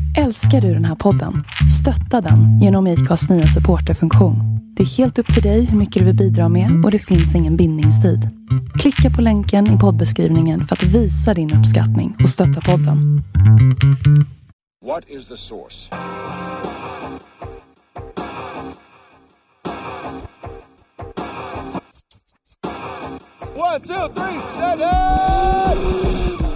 Älskar du den här podden? Stötta den genom IKAs nya supporterfunktion. Det är helt upp till dig hur mycket du vill bidra med och det finns ingen bindningstid. Klicka på länken i poddbeskrivningen för att visa din uppskattning och stötta podden. What is the source? 1, 2, 3, set it!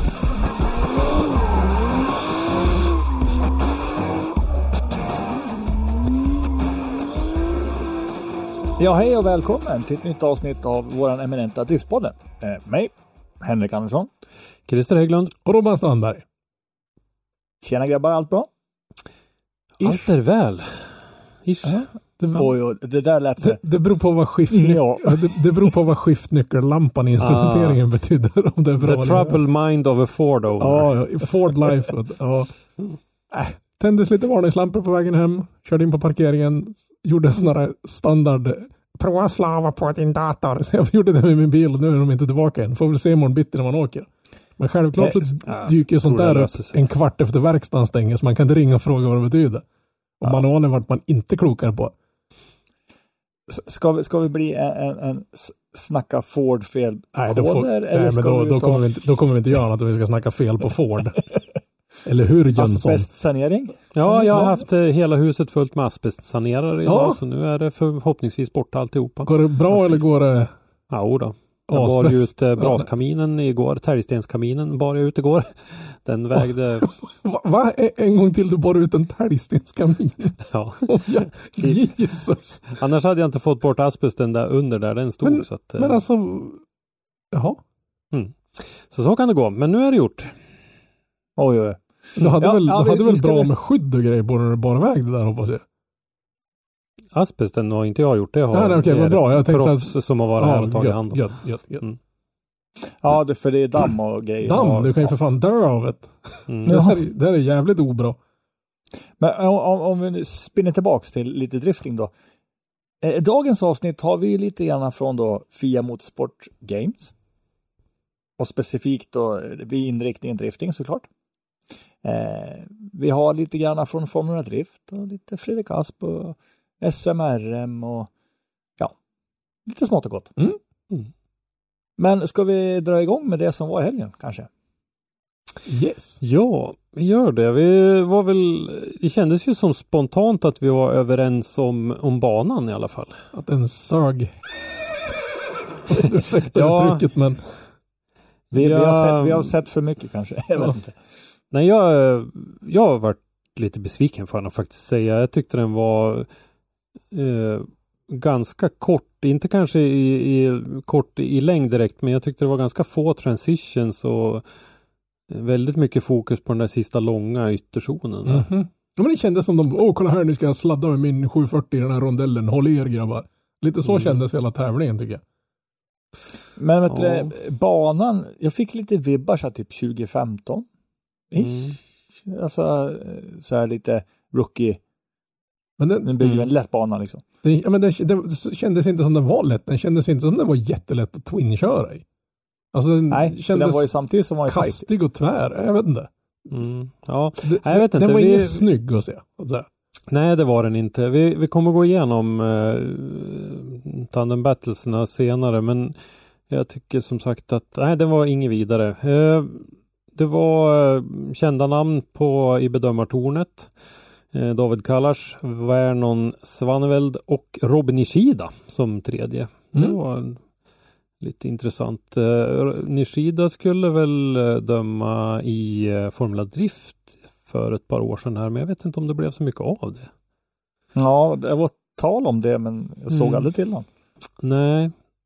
Ja, hej och välkommen till ett nytt avsnitt av våran eminenta driftspodden. Mig, Henrik Andersson, Christer Hägglund och Robban Strandberg. Tjena grabbar, allt bra? Allt är väl. Det där lät så. Det beror på vad det beror på vad skiftnyckellampan i instrumenteringen betyder. Om det är bra. The trouble mind of a Ford owner. Ja, Ford life. Ja. Tändes lite varningslampor på vägen hem. Körde in på parkeringen. Gjorde en sån här standard. Prova slava på din dator. Så jag gjorde det med min bil och nu är de inte tillbaka än. Får väl se imorgon bitti när man åker. Men självklart så dyker sånt där en kvart efter verkstaden stänger. Så man kan inte ringa och fråga vad det betyder. Och manualen vart man inte klokare på. Ska vi bli en snacka Ford fel? Nej, då kommer vi inte göra något att vi ska snacka fel på Ford. Eller hur, Jönsson? Asbestsanering? Ja, jag har haft hela huset fullt med asbestsanerare idag, så nu är det förhoppningsvis borta alltihopa. Går det bra eller går det? Ja, då. Jag bar ju ut braskaminen igår, täljstenskaminen bar jag ut igår. Den vägde... Va? En gång till du bar ut en täljstenskamin? Ja. Jesus. Annars hade jag inte fått bort asbesten där under där den stod. Men alltså... Jaha. Så kan det gå, men nu är det gjort. Oj. Du hade väl bra med skydd och grejer på när du bar iväg det där, hoppas jag. Asbesten har inte jag gjort, det har okej, vad bra. Jag tänkte proffs som har varit här och tagit hand om. Gött. Ja, för det är damm och grejer. Damm, du kan ju för fan dö av det. Det här är jävligt obra. Men om vi spinner tillbaks till lite drifting då. Dagens avsnitt har vi lite grann från då FIA Motorsport Games. Och specifikt då vid inriktningen drifting såklart. Vi har lite grann från Formula Drift och lite Fredrik Asp och SMRM och lite smått och gott. Men ska vi dra igång med det som var i helgen kanske? Yes. Ja, vi gör det. Det kändes ju som spontant att vi var överens om banan i alla fall. Att den sög. Ursäkta uttrycket, men... Vi har sett för mycket kanske. Jag vet inte. Nej, jag har varit lite besviken för att faktiskt säga. Jag tyckte den var ganska kort. Inte kanske kort i längd direkt, men jag tyckte det var ganska få transitions och väldigt mycket fokus på den där sista långa ytterzonen. Ja, men det kändes som kolla här, nu ska jag sladda med min 740 i den här rondellen. Håll er grabbar. Lite så kändes hela tävlingen tycker jag. Men vet du, banan, jag fick lite vibbar så här, typ 2015. Alltså så här lite rookie. Men den bygger en lätt bana liksom. Det kändes inte som den var lätt. Den kändes inte som den var jättelätt att twin-köra i. Alltså nej, den var ju samtidigt som var kastig och tvär. Jag vet inte. Ja, jag vet inte. Den var inte snygg att se. Nej, det var den inte. Vi kommer gå igenom Tandem Battlesna senare, men jag tycker som sagt att den var inget vidare. Det var kända namn i bedömartornet. David Kallars, Vernon Svaneveld och Robin Nishida som tredje. Det var lite intressant. Nishida skulle väl döma i Formula Drift för ett par år sedan här, men jag vet inte om det blev så mycket av det. Ja, det var tal om det, men jag såg aldrig till den. Nej,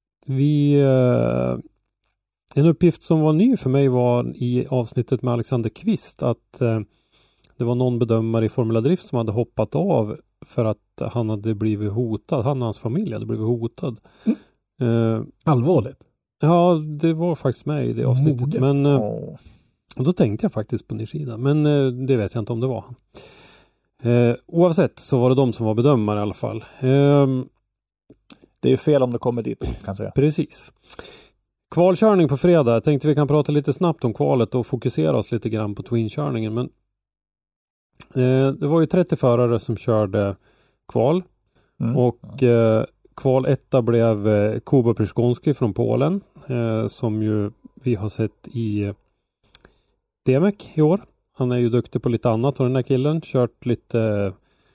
en uppgift som var ny för mig var i avsnittet med Alexander Kvist att det var någon bedömare i Formula Drift som hade hoppat av för att han hade blivit hotad. Han och hans familj hade blivit hotad. Allvarligt? Ja, det var faktiskt med i det avsnittet. Moget. Men då tänkte jag faktiskt på Nishida. Men det vet jag inte om det var han. Oavsett så var det de som var bedömare i alla fall. Det är fel om det kommer dit, kan jag säga. Precis. Kvalkörning på fredag. Jag tänkte vi kan prata lite snabbt om kvalet och fokusera oss lite grann på twinkörningen. Men Det var ju 30 förare som körde kval. Och kval 1 blev Kuba Pryszkonski från Polen. Som ju vi har sett i DMEC i år. Han är ju duktig på lite annat och den här killen kört lite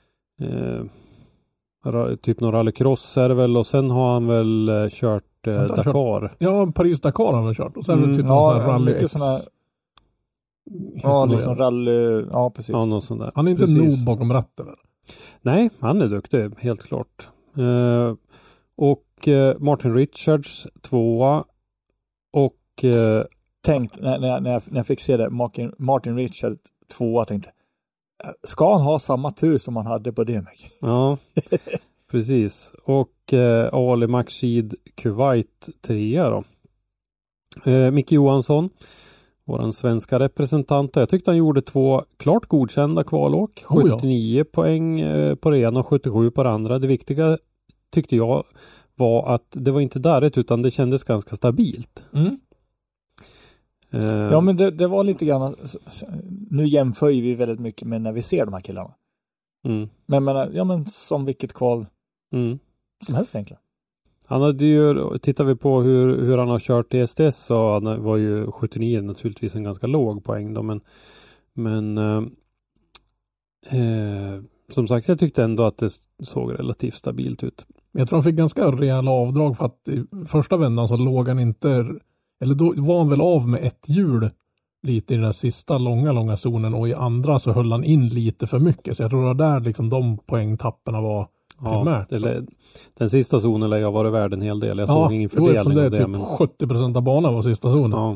typ någon rallycross är det väl, och sen har han väl kört Dakar. Ja, Paris-Dakar har han kört och sen är det typ någon sån här rally X. Ja, liksom rally, ja precis. Ja, någon sån där. Han är inte noob bakom ratten. Nej, han är duktig, helt klart. Och Martin Richards 2 och tänkt när jag fick se det, Martin Richards 2, tänkte ska han ha samma tur som han hade på DMEC? Ja, precis. Och Ali Makshid Kuwait 3 då. Micke Johansson, våran svenska representant. Jag tyckte han gjorde 2 klart godkända kvalåk. 79 poäng på det ena och 77 på det andra. Det viktiga tyckte jag var att det var inte darrigt utan det kändes ganska stabilt. Ja, men det var lite grann, nu jämför vi väldigt mycket med när vi ser de här killarna. Men som vilket kval som helst egentligen. Han hade ju, tittar vi på hur han har kört i SDS, så han var ju 79 naturligtvis en ganska låg poäng då, men som sagt, jag tyckte ändå att det såg relativt stabilt ut. Jag tror han fick ganska rejäla avdrag för att i första vändan så låg han inte, eller då var han väl av med ett hjul lite i den sista långa zonen, och i andra så höll han in lite för mycket, så jag tror att där liksom de poängtapperna var primärt. Ja, eller, den sista zonen lär jag varit värd en hel del. Jag såg ingen fördelning det av det. Typ 70% av banan var sista zonen.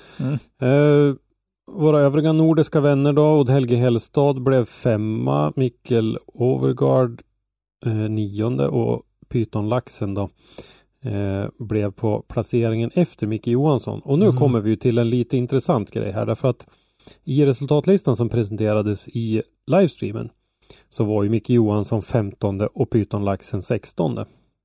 Ja. Våra övriga nordiska vänner då, Odd Helge Hellstad blev 5, Mikkel Overgaard 9 och Python Laxen då blev på placeringen efter Micke Johansson. Och nu kommer vi till en lite intressant grej här, därför att i resultatlistan som presenterades i livestreamen så var ju Micke Johansson 15 och Python Laxen 16.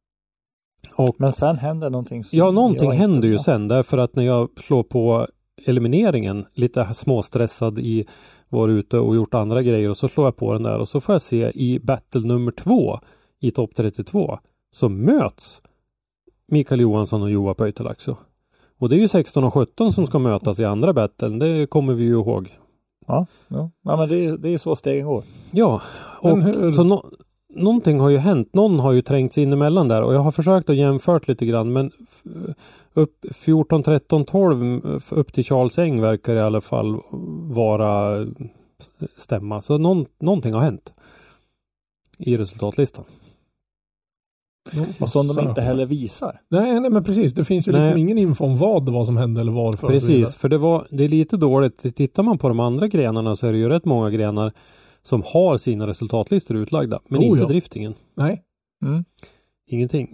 Men sen hände någonting. Ja, någonting hände ju sen, därför att när jag slår på elimineringen, lite småstressad i var ute och gjort andra grejer, och så slår jag på den där och så får jag se i battle nummer 2 i topp 32 så möts Mikael Johansson och Joa Pöytalaxo. Och det är ju 16 och 17 som ska mötas i andra battlen, det kommer vi ju ihåg. Ja men det är så stegen går. Ja, och så någonting har ju hänt. Någon har ju trängt sig in emellan där, och jag har försökt att jämfört lite grann, men upp 14, 13, 12 upp till Charles Eng verkar i alla fall vara stämma. Så någonting har hänt i resultatlistan. Och som de inte heller visar. Nej, men precis. Det finns ju liksom ingen info om vad det var som hände eller varför. Precis, för det är lite dåligt. Tittar man på de andra grenarna så är det ju rätt många grenar som har sina resultatlistor utlagda, men inte driftingen. Nej. Ingenting.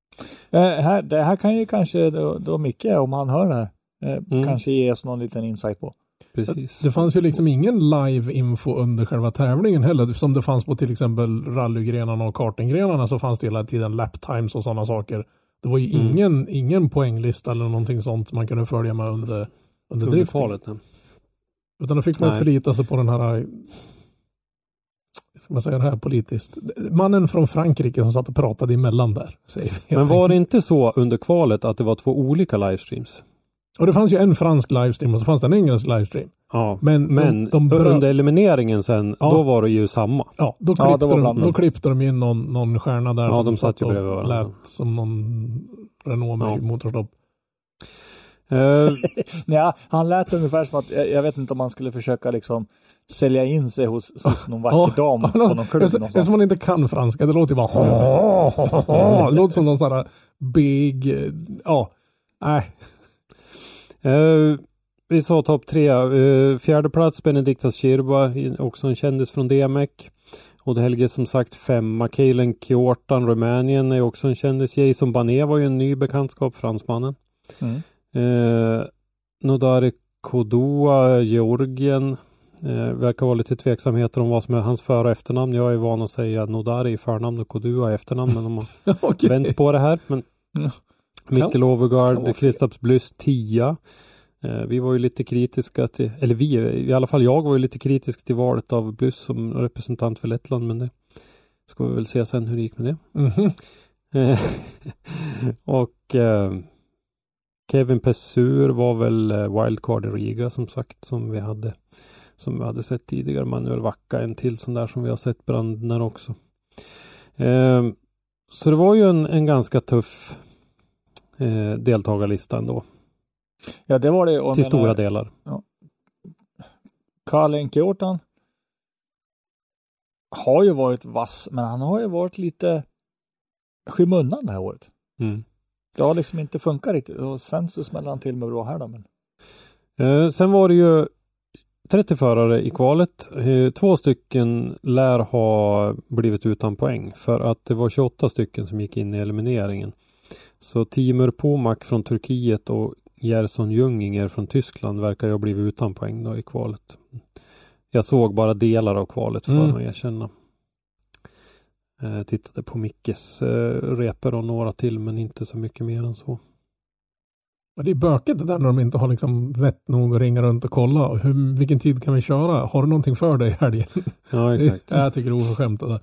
Det här kan ju kanske då mycket, om han hör det här, kanske ge oss någon liten insight på. Precis. Det fanns ju liksom ingen live-info under själva tävlingen heller. Som det fanns på till exempel rallygrenarna och kartinggrenarna, så fanns det hela tiden lap times och sådana saker. Det var ju ingen poänglista eller någonting sånt man kunde följa med under drifting. Utan då fick man förlita sig på den här, ska man säga det här politiskt, mannen från Frankrike som satt och pratade emellan där. Men var det inte så under kvalet att det var 2 olika livestreams? Och det fanns ju en fransk livestream och så fanns det en engelsk livestream. Ja, men under elimineringen sen, då var det ju samma. Ja, då klippte de in någon stjärna där. Ja, de satt ju bredvid varandra. Lät som någon Renault med motorstopp. Ja, han lät ungefär som att, jag vet inte om man skulle försöka liksom sälja in sig hos någon vacker dam på någon klubb någonstans. Det är som man inte kan franska, det låter ju bara det låter som någon sån här big, vi sa topp 3. 4:e plats Benediktas Kirba, också en kändis från DMEC. Och det Helge som sagt 5. Keilen Kjortan, Rumänien, är också en kändis. Jason Bané var ju en ny bekantskap, fransmannen. Nodari Kodua, Georgien. Verkar vara lite tveksamheter om vad som är hans för- och efternamn. Jag är van att säga Nodari i förnamn och Kodua i efternamn, men de har vänt på det här. Men Mikkel Overgaard, Kristaps Blyss 10. Vi var ju lite kritiska till, eller vi, i alla fall jag var ju lite kritisk till valet av Blyss som representant för Lettland, men det ska vi väl se sen hur det gick med det. Och Kevin Pessur var väl wildcard i Riga som sagt, som vi hade sett tidigare. Manuel Vacka, en till sån där som vi har sett Brandner också. Så det var ju en ganska tuff deltagarlista ändå. Ja, det var det. Och till stora delar. Ja. Kalin Kjortan har ju varit vass, men han har ju varit lite skymundan det här året. Det har liksom inte funkat riktigt. Och sen så smäller han till med bra här då. Men... sen var det ju 30 förare i kvalet. 2 stycken lär ha blivit utan poäng för att det var 28 stycken som gick in i elimineringen. Så Timur Pomak från Turkiet och Gerson Junginger från Tyskland verkar ju ha blivit utan poäng då i kvalet. Jag såg bara delar av kvalet för mig att erkänna. Tittade på Mickes reper och några till, men inte så mycket mer än så. Det är bökigt det där när de inte har liksom vett nog att ringa runt och kolla. Vilken tid kan vi köra? Har du någonting för dig i helgen? Ja, exakt. Jag tycker det är oförskämt det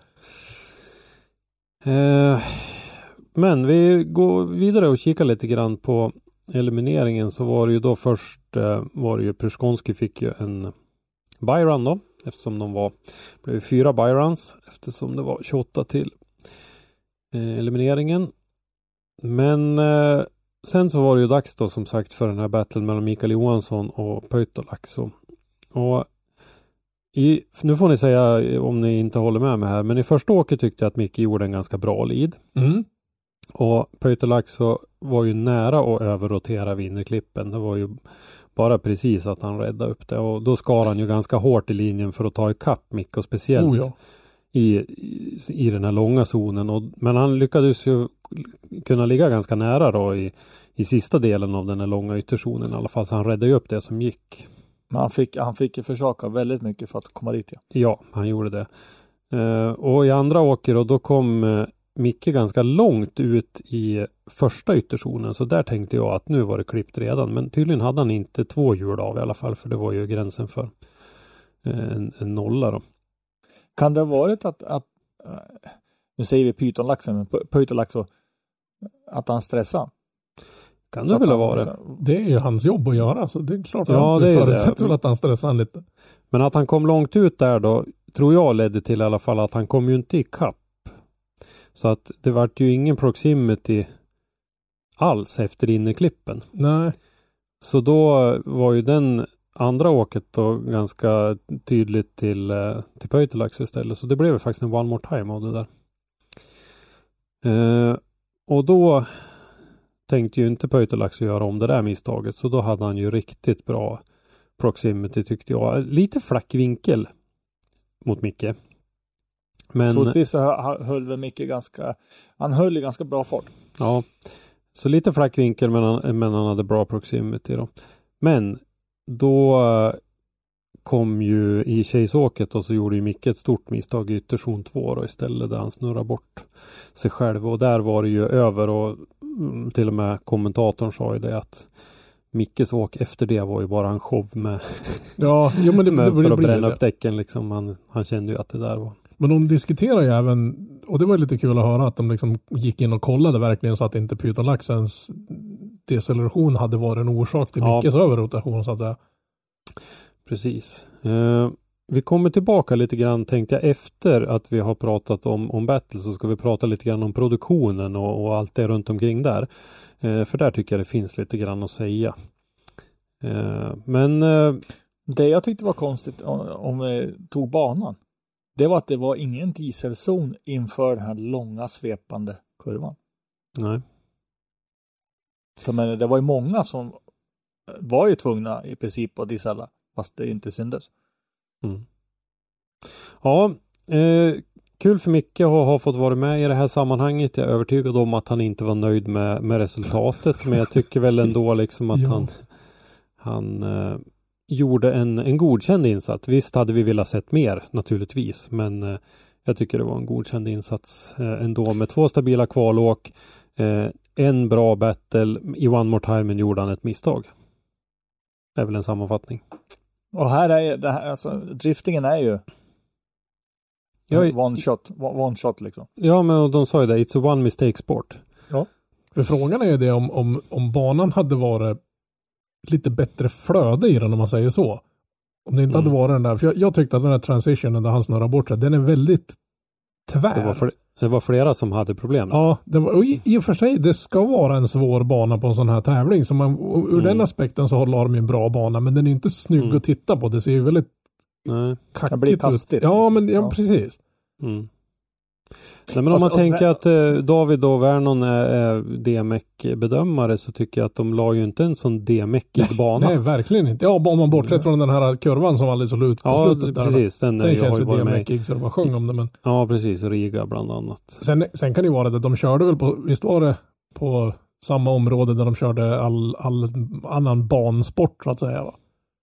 där. Men vi går vidare och kikar lite grann på elimineringen. Så var det ju då först var det ju Pryszkonski fick ju en byrun då. Eftersom blev 4 byruns. Eftersom det var 28 till elimineringen. Men sen så var det ju dags då som sagt för den här battlen mellan Mikael Johansson och Pöytolaakso. Och nu får ni säga om ni inte håller med mig här. Men i första åket tyckte jag att Micke gjorde en ganska bra lead. Och Pöytolaakso var ju nära att överrotera vinnerklippen. Det var ju bara precis att han räddade upp det. Och då skar han ju ganska hårt i linjen för att ta ikapp Micke. Och speciellt i den här långa zonen. Men han lyckades ju kunna ligga ganska nära då i sista delen av den här långa ytterzonen i alla fall. Så han räddade ju upp det som gick. Men han fick ju försaka väldigt mycket för att komma dit. Ja, han gjorde det. Och i andra åker och då kom Micke ganska långt ut i första ytterzonen. Så där tänkte jag att nu var det klippt redan. Men tydligen hade han inte 2 hjul av i alla fall. För det var ju gränsen för en nolla då. Kan det ha varit att nu säger vi pytonlaxen, men Pöytolaakso, att han stressar? Kan det väl ha varit? Det är ju hans jobb att göra, så det är klart att han förutsätter väl att han stressar lite. Men att han kom långt ut där då, tror jag ledde till i alla fall att han kom ju inte i kapp. Så att det var ju ingen proximity alls efter innerklippen. Nej. Så då var ju den andra åket då ganska tydligt till Pöytolaakso istället. Så det blev faktiskt en one more time av det där. Och då tänkte ju inte Pöytolaakso göra om det där misstaget. Så då hade han ju riktigt bra proximity tyckte jag. Lite flack vinkel mot Micke. Men troligtvis så höll väl Micke han höll i ganska bra fart. Ja, så lite flack vinkel men han hade bra proximity då. Men då kom ju i tjejsåket och så gjorde ju Micke ett stort misstag i ytterzon 2 då istället där han snurrar bort sig själv. Och där var det ju över och till och med kommentatorn sa ju det att Mickes åk efter det var ju bara en show med, men det för att bränna upp däcken liksom. Han kände ju att det där var. Men de diskuterar ju även, och det var lite kul att höra att de liksom gick in och kollade verkligen så att inte Pöytolaaksons deceleration hade varit en orsak till Mickes överrotation så att säga. Precis. Vi kommer tillbaka lite grann tänkte jag efter att vi har pratat om battle så ska vi prata lite grann om produktionen och allt det runt omkring där. För där tycker jag det finns lite grann att säga. Men det jag tyckte var konstigt om vi tog banan. Det var att det var ingen dieselzon inför den här långa svepande kurvan. Nej. För men det var ju många som var ju tvungna i princip att diesela fast det inte syndes. Ja, kul för Micke att ha fått vara med i det här sammanhanget. Jag är övertygad om att han inte var nöjd med resultatet. Men jag tycker väl ändå liksom att han gjorde en godkänd insats. Visst hade vi velat sett mer naturligtvis. Men jag tycker det var en godkänd insats ändå med 2 stabila kvalåk. En bra battle. I one more time gjorde han ett misstag. är väl en sammanfattning. Och här är det här, alltså, driftingen är ju one shot liksom. Ja, men de sa ju det, it's a one mistake sport. Ja. För frågan är ju det om banan hade varit lite bättre flöde i den, om man säger så. Om det inte hade varit den där, för jag tyckte att den här transitionen där han snurrar bort sig, den är väldigt tvär. Det var flera som hade problem. Ja, och i och för sig, det ska vara en svår bana på en sån här tävling. Så ur den aspekten så har de ju en bra bana, men den är inte snygg att titta på. Det ser ju väldigt kackigt det blir tastigt. Ja, men ja, precis. Mm. Nej, men om man tänker att David och Vernon är DMEC-bedömare, så tycker jag att de la ju inte en sån DMEC bana. Nej, verkligen inte. Ja, om man bortsett från den här kurvan som aldrig så ut på slutet. Precis. Den känns ju DMEC-ig så det var sjung om det. Men... Ja, precis. Riga bland annat. Sen kan det ju vara det. De körde väl på, visst var det på samma område där de körde all annan bansport så att säga, va?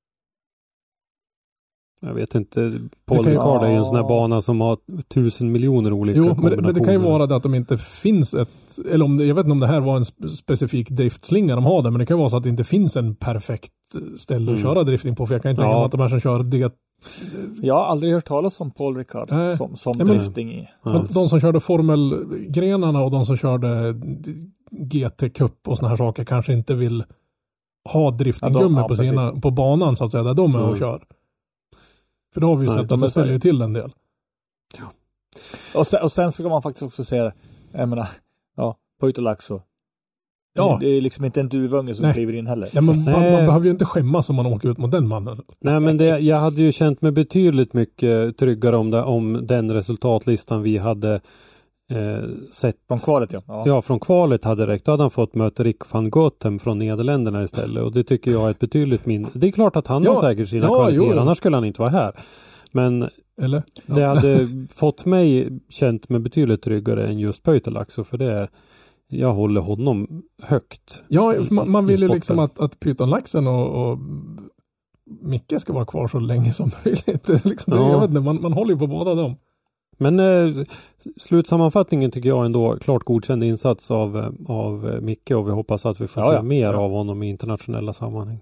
Jag vet inte. Paul Ricard är ju en sån här bana som har 1000 miljoner olika kombinationer. Men det kan ju vara det att de inte finns eller jag vet inte om det här var en specifik driftslinga de har där, men det kan vara så att det inte finns en perfekt ställe att köra drifting på, för jag kan inte tänka mig att de här som kör det. Jag har aldrig hört talas om Paul Ricard som drifting i. Men de som körde formelgrenarna och de som körde GT-cup och såna här saker kanske inte vill ha driftinggummi på banan så att säga, där de är och kör. För då har vi ju sett att det ställer till en del. Ja. Och sen ska man faktiskt också se, jag menar, Pöytälaakso. Ja. Det är liksom inte en duvunge som kliver in heller. Ja, men man behöver ju inte skämmas om man åker ut mot den mannen. Nej, men jag hade ju känt mig betydligt mycket tryggare om den resultatlistan vi hade sett. Från kvalet, Ja, från kvalet hade räckt. Då hade han fått möta Rick van Gotem från Nederländerna istället. Och det tycker jag är ett betydligt mindre. Det är klart att han har säkert sina kvaliteter. Annars skulle han inte vara här. Men det hade fått mig känt mig betydligt tryggare än just Pöytälaakso. För jag håller honom högt. Ja, man vill ju liksom att Pythonlaxen och Micke ska vara kvar så länge som möjligt. Liksom, jag vet inte, man håller ju på båda dem. Men slutsammanfattningen tycker jag ändå klart godkänd insats av Micke, och vi hoppas att vi får se mer av honom i internationella sammanhang.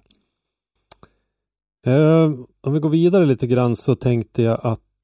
Om vi går vidare lite grann, så tänkte jag att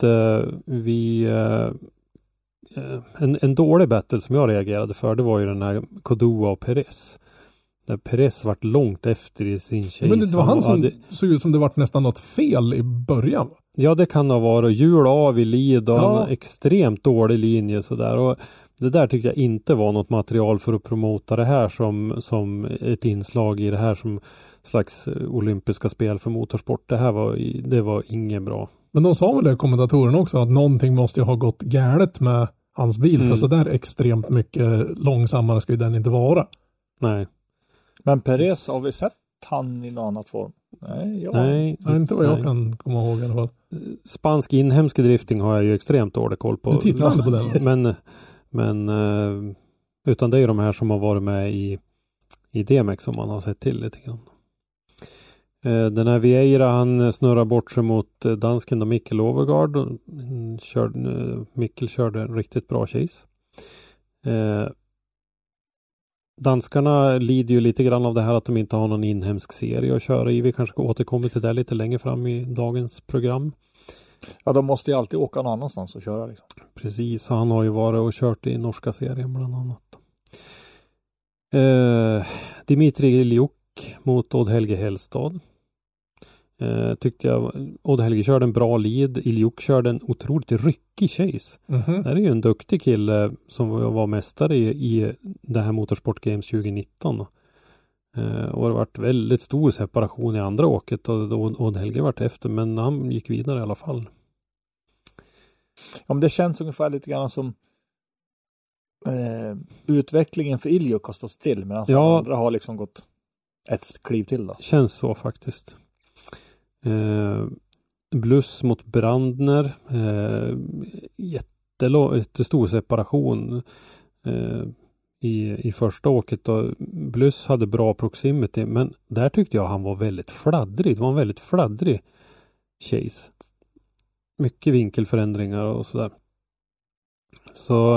en dålig battle som jag reagerade för, det var ju den här Kodua och Perez. Där Perez vart långt efter i sin chase. Men det var han som såg ut som det vart nästan något fel i början. Ja, det kan ha varit. Hjul av i lead och en extremt dålig linje sådär. Och det där tyckte jag inte var något material för att promota det här som ett inslag i det här som slags olympiska spel för motorsport. Det var ingen bra. Men de sa väl det, kommentatorerna också, att någonting måste ju ha gått galet med hans bil. För så där extremt mycket långsammare ska ju den inte vara. Nej. Men Perez, har vi sett han i någon annat form? Nej, inte vad jag kan komma ihåg i alla fall. Spansk inhemsk drifting har jag ju extremt dålig koll på. Du tittar inte på den alltså. Men utan det är de här som har varit med i DMEC som man har sett till lite grann. Den här Vieira, han snurrar bort sig mot dansken och Mikkel Overgaard. Mikkel körde en riktigt bra chase. Danskarna lider ju lite grann av det här att de inte har någon inhemsk serie att köra i. Vi kanske ska återkomma till det lite längre fram i dagens program. Ja, de måste ju alltid åka någon annanstans och köra. Liksom. Precis, han har ju varit och kört i norska serien bland annat. Dimitri Iljuk mot Odd Helge Hellstad. Tyckte jag Odd Helge körde en bra lead. Iljuk körde en otroligt ryckig chase. Det är ju en duktig kille som var mästare i det här Motorsport Games 2019. Och det har varit väldigt stor separation i andra åket och Odd Helge varit efter, men han gick vidare i alla fall. Ja, men det känns ungefär lite grann som utvecklingen för Iljuk har stått still, medan andra har liksom gått ett kliv till då. Känns så faktiskt. Bluss mot Brandner, jättestor separation i första åket då. Bluss hade bra proximity, men där tyckte jag han var väldigt fladdrig. Det var en väldigt fladdrig chase. Mycket vinkelförändringar och sådär. Så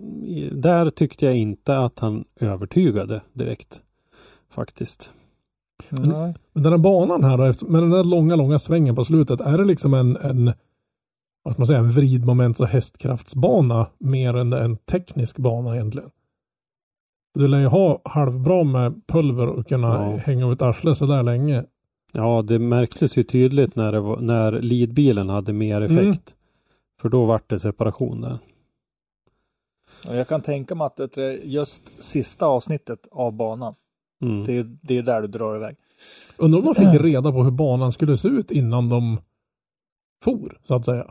där tyckte jag inte att han övertygade direkt faktiskt. Nej. Men den här banan här då, med den där långa svängen på slutet, är det liksom en vad ska man säga, en vridmoments- och hästkraftsbana mer än en teknisk bana egentligen? Du lär ju ha halvbra med pulver och kunna hänga ut arslet så där länge. Ja, det märktes ju tydligt när leadbilen hade mer effekt. För då var det separation där. Och jag kan tänka mig att just sista avsnittet av banan, det är där du drar iväg. Undrar om de fick reda på hur banan skulle se ut innan de for, så att säga.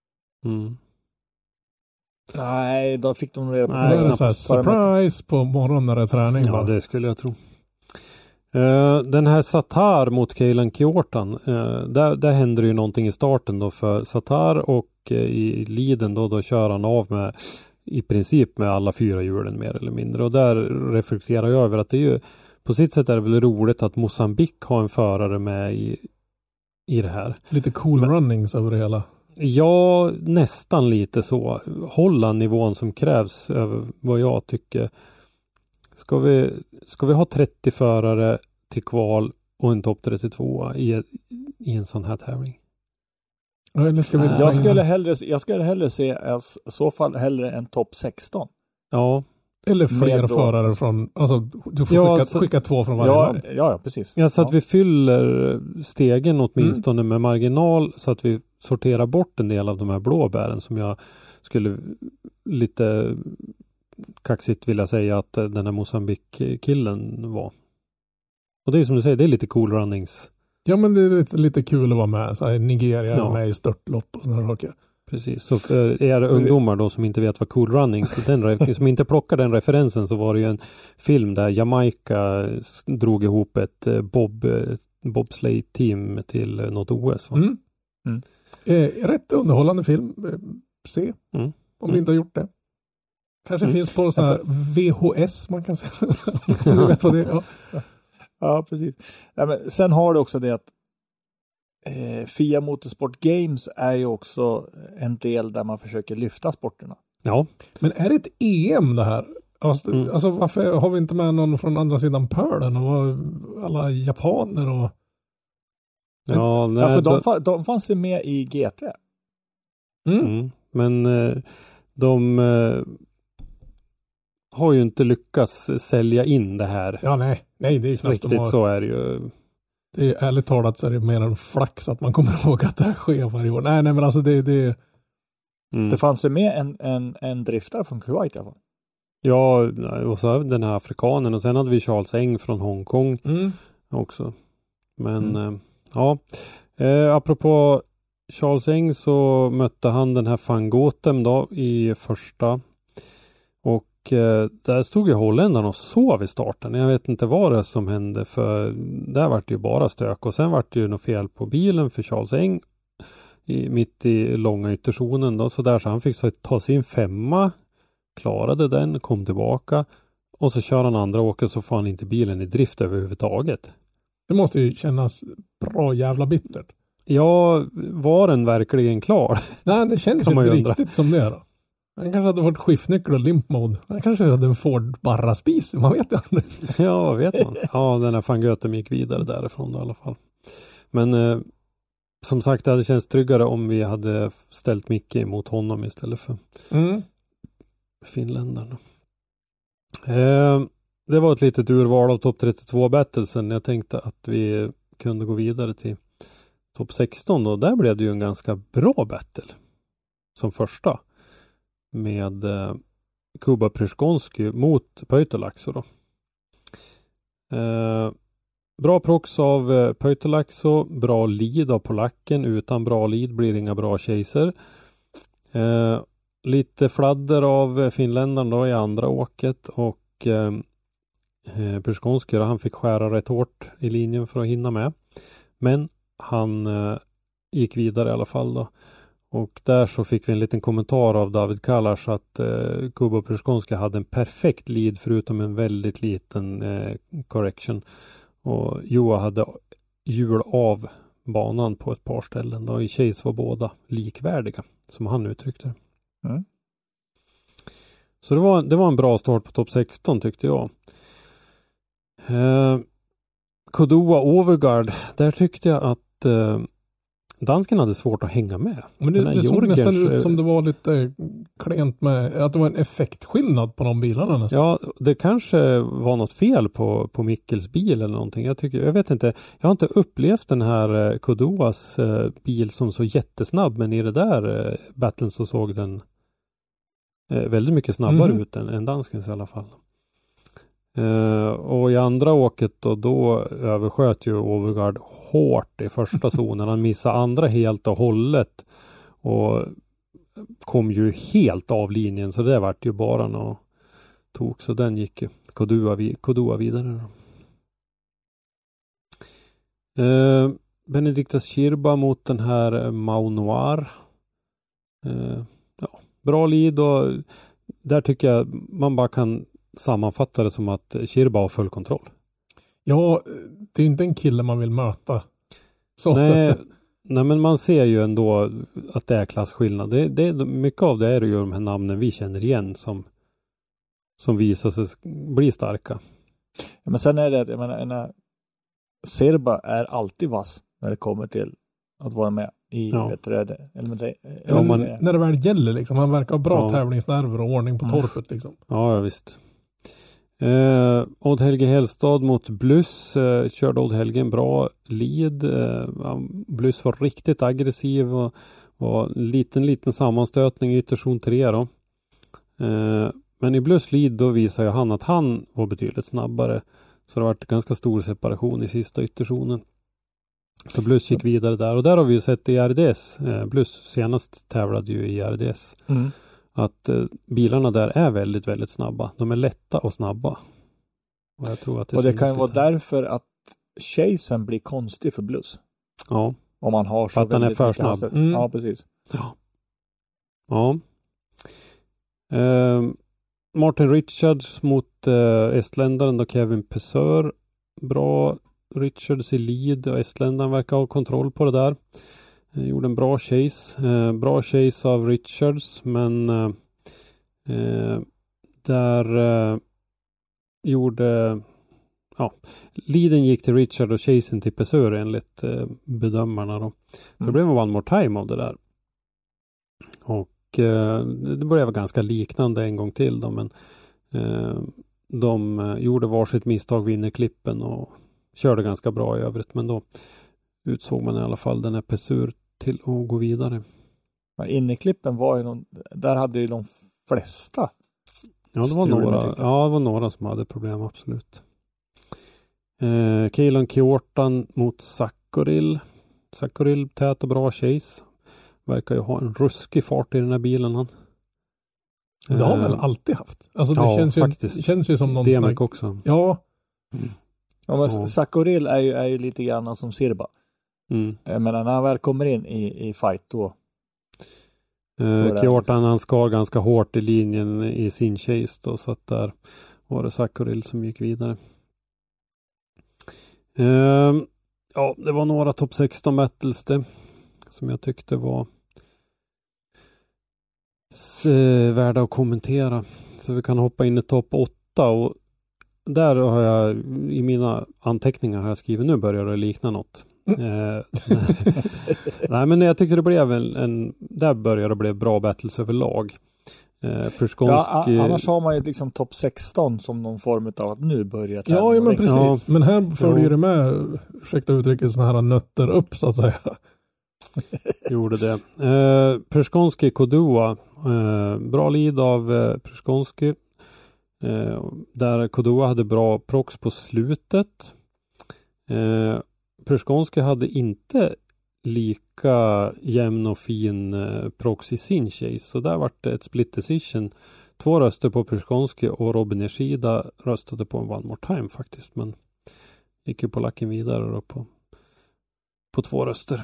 Nej, då fick de reda på det är så här, surprise på morgonen när det är träning. Ja, det skulle jag tro. Den här Satar mot Keilan Kyortan, där händer ju någonting i starten då för Satar, och i leaden då kör han av med i princip med alla 4 hjulen mer eller mindre, och där reflekterar jag över att det är ju på sitt sätt är det väl roligt att Mozambique har en förare med i det här. Lite cool runnings över det hela. Ja, nästan lite så. Hålla nivån som krävs över vad jag tycker. Ska vi ha 30 förare till kval och en topp 32 i en sån här tävling? Jag skulle hellre se i så fall hellre en topp 16. Ja. Eller fler förare från, alltså du får skicka 2 från varje land. Ja, precis. Ja, så att vi fyller stegen åtminstone med marginal, så att vi sorterar bort en del av de här blåbären som jag skulle lite kaxigt vilja säga att den här Mozambique-killen var. Och det är som du säger, det är lite cool runnings. Ja, men det är lite kul att vara med. Så här, Nigeria är med i störtlopp och sådana saker. Precis, så för er ungdomar då som inte vet vad cool runnings, som inte plockar den referensen, så var det ju en film där Jamaica drog ihop ett bobsleigh-team till något OS. Va? Rätt underhållande film. Se, om ni inte har gjort det. Kanske finns på sån här VHS man kan säga. Du vet vad det är. Ja, precis. Ja, men sen har det också det att FIA Motorsport Games är ju också en del där man försöker lyfta sporterna. Ja. Men är det ett EM det här? Alltså varför har vi inte med någon från andra sidan pölen och alla japaner och... Ja, nej, för de fanns ju med i GT. Men de har ju inte lyckats sälja in det här. Ja, nej det är ju knappt riktigt så är det ju. Det är ärligt talat så är det mer en flax att man kommer ihåg att det här sker varje år. Nej, men alltså det... Det fanns ju med en driftare från Kuwait i alla fall. Ja, och så den här afrikanen, och sen hade vi Charles Eng från Hongkong också. Men apropå Charles Eng, så mötte han den här Van Gotem då i första, och där stod ju holländarna och sov i starten. Jag vet inte vad det som hände, för där var det ju bara stök, och sen var det ju något fel på bilen för Charles Eng mitt i långa ytterzonen då, så han fick ta sin 5, klarade den, kom tillbaka, och så kör han andra åker, så får han inte bilen i drift överhuvudtaget. Det måste ju kännas bra jävla bittert. Ja, var den verkligen klar? Nej, det känns ju inte riktigt som det då. Han kanske hade varit skiftnyckel och limp mode. Han kanske hade en Ford Barra-spis, man vet inte. Ja, vet man. Ja, den här Van Gotem gick vidare därifrån då, i alla fall. Men som sagt, det hade känts tryggare om vi hade ställt Micke emot honom istället för finländarna. Det var ett litet urval av topp 32 battlesen. Jag tänkte att vi kunde gå vidare till topp 16 då. Där blev det ju en ganska bra battle som första med Kuba Pryszkonski mot Pöytälakso då. Bra prox av Pöytälakso, bra lead av polacken. Utan bra lead blir det inga bra chaser. Lite fladder av finländaren då i andra åket, och Pryszkonski han fick skära rätt hårt i linjen för att hinna med. Men han gick vidare i alla fall då. Och där så fick vi en liten kommentar av David Kalas att Kuba Pryszkonski hade en perfekt lead förutom en väldigt liten correction. Och Joa hade hjul av banan på ett par ställen. Då i chase var båda likvärdiga, som han uttryckte det. Så det var en bra start på topp 16 tyckte jag. Kodua Overguard, där tyckte jag att dansken hade svårt att hänga med. Men det såg nästan ut som det var lite klent med, att det var en effektskillnad på de bilarna nästan. Ja, det kanske var något fel på Mikkels bil eller någonting. Jag vet inte, jag har inte upplevt den här Koduas bil som så jättesnabb, men i det där battlen så såg den väldigt mycket snabbare ut än danskens i alla fall. Och i andra åket då översköt ju Overguard hårt i första zonen. Han missade andra helt och hållet och kom ju helt av linjen, så det vart ju bara något tok, så den gick ju Kodua vidare. Benedictas Kirba mot den här Maunoir. Bra lead, och där tycker jag man bara kan sammanfatta det som att Kirba har full kontroll. Ja, det är inte en kille man vill möta. Nej, men man ser ju ändå att det är klassskillnad. Mycket av det är ju de här namnen vi känner igen som visar sig bli starka. Ja, men sen är det, jag menar, Serba är alltid vass när det kommer till att vara med i när det väl gäller liksom. Han verkar ha bra tävlingsnerver och ordning på torpet liksom. Ja, visst. Odd Helge Hellstad mot Bluss, körde Odd Helge en bra lead. Bluss var riktigt aggressiv och var en liten sammanstötning i ytterzon 3 då. Men i Bluss lead då visar ju han att han var betydligt snabbare, så det har varit ganska stor separation i sista ytterzonen. Så Bluss gick vidare där, och där har vi ju sett i RDS. Bluss senast tävlade ju i RDS. Att bilarna där är väldigt, väldigt snabba. De är lätta och snabba. Och jag tror att det kan ju vara därför att chasen blir konstig för Bluss. Ja. Om man har så att den är för snabb. Ja, precis. Ja. Martin Richards mot estländaren då Kevin Pesör. Bra Richards i lead, och estländaren verkar ha kontroll på det där. Gjorde en bra chase. Bra chase av Richards, men där leaden gick till Richard och chasen till Pesör enligt bedömarna då. Så det blev en one more time av det där. Och det började vara ganska liknande en gång till då, men de gjorde varsitt misstag vid innerklippen och körde ganska bra i övrigt, men då utsåg man i alla fall den här Pesur till att gå vidare. Men innerklippen var ju där hade ju de flesta. Ja, det var några som hade problem, absolut. Keilon Kjortan mot Sakkoril. Sakkoril tät och bra chase. Verkar ju ha en ruskig fart i den här bilen han. Det har väl alltid haft. Alltså det känns ju som någon DMX också. Ja. Ja, men Sakkoril är ju lite grann som Sirba. Men när han väl kommer in i fight då. Kjortan han skar ganska hårt i linjen i sin chase då, så att där var det Sakkoril som gick vidare. Det var några topp 16 battles det som jag tyckte var värda att kommentera. Så vi kan hoppa in i topp 8, och där har jag i mina anteckningar har jag skrivit nu börjar det likna något. Nej, men jag tyckte det blev där började det bli bra battles överlag. Pruszkonski... annars har man ju liksom topp 16 som någon form av att nu börjar Ja, men precis. Ja. Men här följer det med, ursäkta uttrycket, såna här nötter upp så att säga. Gjorde det. Pruszkonski Kodua. Bra lead av Pruszkonski. Där Kodua hade bra prox på slutet. Pruszkonski hade inte lika jämn och fin prox i sin chase. Så där var det ett split decision. 2 röster på Pruszkonski och Robin Eshida röstade på en one more time faktiskt. Men gick ju på lacken vidare då på 2 röster.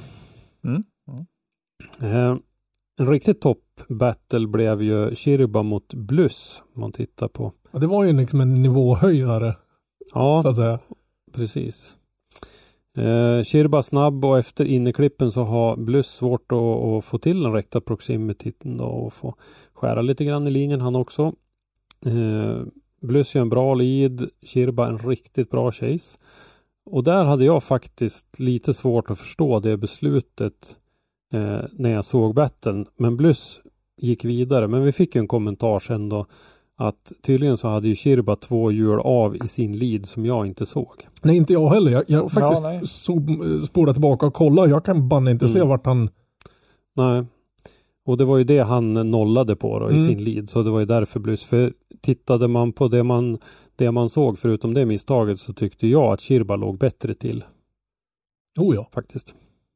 En riktigt topp battle blev ju Kirba mot Bluss. Om man tittar på. Ja, det var ju liksom en nivåhöjdare. Ja, så att säga. Precis. Kirba snabb, och efter innerklippen så har Bluss svårt att få till en räkta proximity då, och få skära lite grann i linjen han också. Bluss gör en bra lead, Kirba en riktigt bra chase, Och där hade jag faktiskt lite svårt att förstå det beslutet när jag såg battlen. Men Blyss gick vidare. Men vi fick ju en kommentar sen då att tydligen så hade ju Shirba 2 hjul av i sin lead som jag inte såg. Nej, inte jag heller. Jag har faktiskt spolat tillbaka och kollat. Jag kan bara inte se vart han... Nej. Och det var ju det han nollade på då, i sin lead. Så det var ju därför Blyss. För tittade man på det man såg förutom det misstaget så tyckte jag att Shirba låg bättre till. Oh ja. Faktiskt.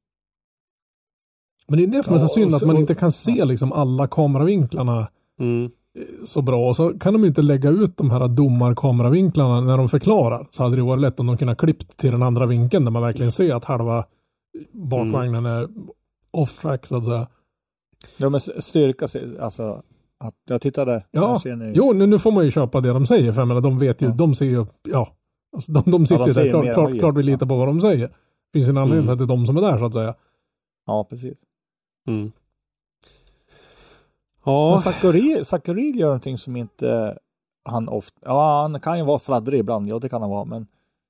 Men det är det som är så synd att man inte kan se liksom alla kameravinklarna så bra. Och så kan de inte lägga ut de här domarkameravinklarna när de förklarar. Så hade det varit lätt om de kunde klippt till den andra vinkeln där man verkligen ser att halva bakvagnen är off track så att säga. Ja, men styrka sig, alltså att jag tittade. Ja, jo, nu får man ju köpa det de säger för jag menar, de vet ju, de ser ju, alltså, de sitter ju där, klart vi litar på vad de säger. Det finns en anledning till att det är de som är där så att säga. Ja, precis. Ja. Men Zachary gör någonting som inte han ofta, han kan ju vara fladdrig ibland, det kan han vara, men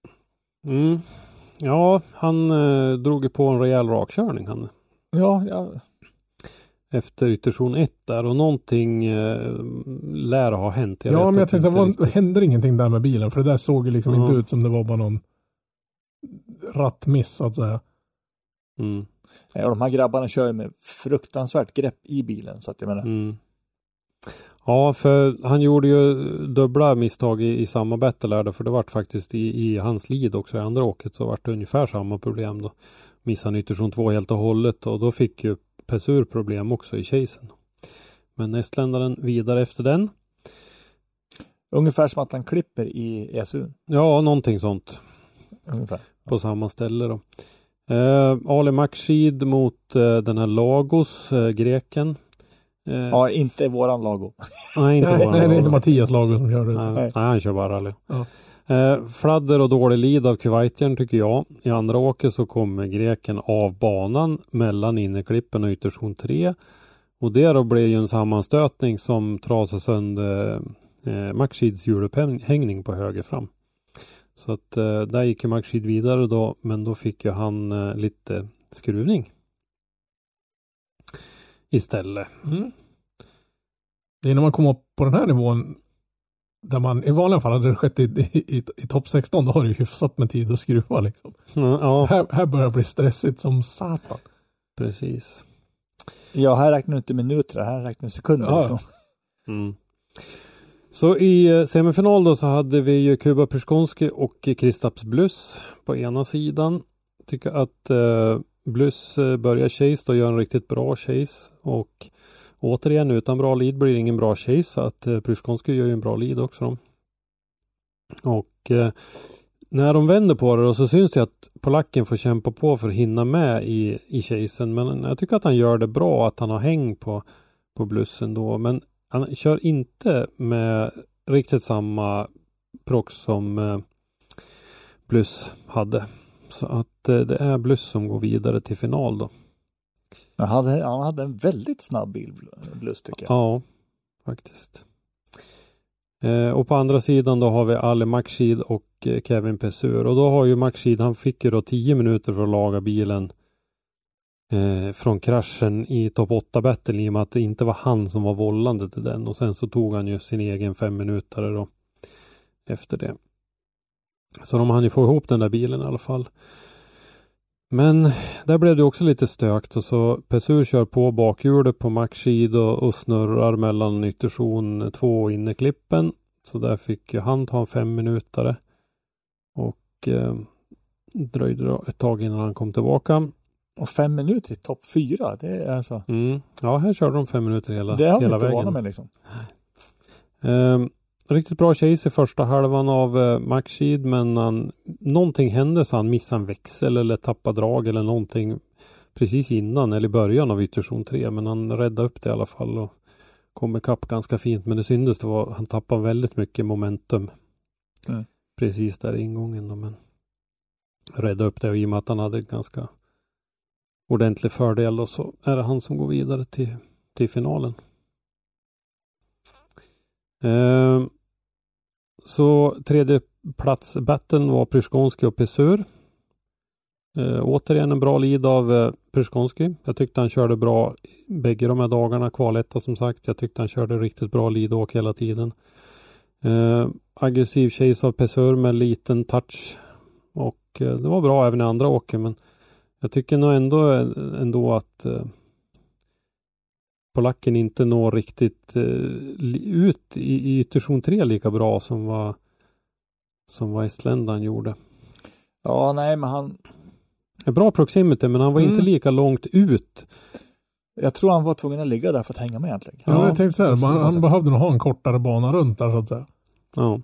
ja, han drog ju på en rejäl rakkörning han. Ja. Efter ytterzon 1 där och någonting lär ha hänt. Men jag tänkte, händer ingenting där med bilen? För det där såg ju liksom inte ut som det var bara någon rattmiss så att säga. Ja, de här grabbarna kör ju med fruktansvärt grepp i bilen så att jag menar. Ja, för han gjorde ju dubbla misstag i samma battle där, för det var faktiskt i hans lead också i andra åket så var det ungefär samma problem då. Missade han ytterzon 2 helt och hållet och då fick ju Pesur problem också i chasen. Men estländaren vidare efter den. Ungefär som att han klipper i ESU. Ja, någonting sånt. Ungefär. På samma ställe då. Ali Makshid mot den här Lagos, greken. Ja, inte våran Lago. Nej, inte våran Lago. Det är inte Mattias Lago som kör det. Nej, han kör bara rally. Ja. Fladder och dålig lead av Kuwaitern tycker jag. I andra åket så kommer greken av banan mellan innerklippen och ytterzon 3. Och det då blev ju en sammanstötning som trasade sönder Makshids hjulupphängning på höger fram. Så att där gick ju Makshid vidare då, men då fick ju han lite skruvning istället. Det är när man kommer upp på den här nivån där man i vanliga fall hade det skett i topp 16, då har det ju hyfsat med tid att skruva liksom. Ja. Här börjar det bli stressigt som satan. Precis. Ja, här räknar du inte minuter, här räknar du sekunder. Ja. Liksom. Så i semifinal då så hade vi ju Kuba Prskonski och Kristaps Blyss på ena sidan. Tycker att Blyss börjar chase då, gör en riktigt bra chase och återigen utan bra lead blir det ingen bra chase, så att Prskonski gör ju en bra lead också då. Och när de vänder på det då, så syns det att polacken får kämpa på för att hinna med i chasen, men jag tycker att han gör det bra, att han har häng på Blyssen då, men han kör inte med riktigt samma prox som Blyss hade. Så att det är Blyss som går vidare till final då. Han hade en väldigt snabb bil, Blyss tycker jag. Ja, faktiskt. Och på andra sidan då har vi Ali Makshid och Kevin Pesur. Och då har ju Makshid, han fick ju då 10 minuter för att laga bilen från kraschen i topp 8 battle, i och med att det inte var han som var vållande till den. Och sen så tog han ju sin egen 5 minuter då efter det. Så de hann ju få ihop den där bilen i alla fall. Men där blev det också lite stökt, och så Pesur kör på bakhjulet på Makshid och snurrar mellan ytterzon 2 och innerklippen. Så där fick ju han ta en 5 minuter och dröjde ett tag innan han kom tillbaka. Och 5 minuter i topp 4, det är alltså... Ja, här körde de 5 minuter hela vägen. Det har vi inte vana med liksom. Riktigt bra chase i första halvan av Makshid, men någonting hände så han missade en växel eller tappade drag eller någonting precis innan eller i början av ytterzon 3, men han räddade upp det i alla fall och kom ikapp ganska fint, men det syntes det var, han tappade väldigt mycket momentum precis där i ingången då, men räddade upp det, och i och med att han hade ganska ordentlig fördel då, så är det han som går vidare till finalen. Så tredje platsbatten var Pryszkonski och Pesur. Återigen en bra lead av Pryszkonski. Jag tyckte han körde bra bägge de här dagarna. Kvaletta som sagt. Jag tyckte han körde riktigt bra lead-åk hela tiden. Aggressiv chase av Pesur med liten touch. Och det var bra även i andra åker. Men jag tycker nog ändå att polacken inte når riktigt ut i ytterzon 3 lika bra som vad estländaren gjorde. Ja, nej, men han... Bra proximity, men han var inte lika långt ut. Jag tror han var tvungen att ligga där för att hänga med egentligen. Ja, jag tänkte så här, han behövde nog ha en kortare bana runt där så att säga. Ja.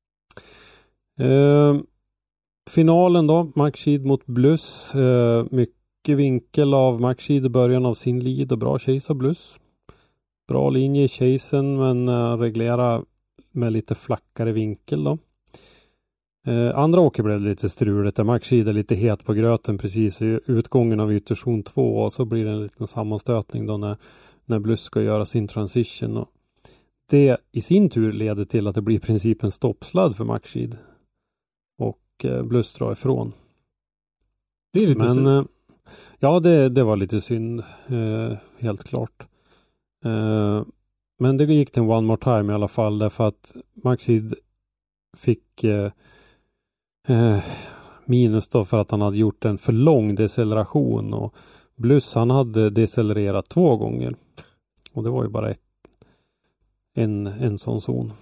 Finalen då, Maxid mot Bluss. Mycket vinkel av Maxid i början av sin lead och bra chase av Bluss. Bra linje i chasen, men reglera med lite flackare vinkel då. Andra åker blev det lite struligt. Maxid är lite het på gröten precis i utgången av ytterzon 2 och så blir det en liten sammanstötning då när Bluss ska göra sin transition. Och det i sin tur leder till att det blir i princip en stoppsladd för Maxid. Och Bluss drar ifrån. Det är lite synd. Ja, det var lite synd. Helt klart. Men det gick till en one more time i alla fall därför att Maxid fick minus då för att han hade gjort en för lång deceleration och Bluss han hade decelererat 2 gånger. Och det var ju bara en sån zon.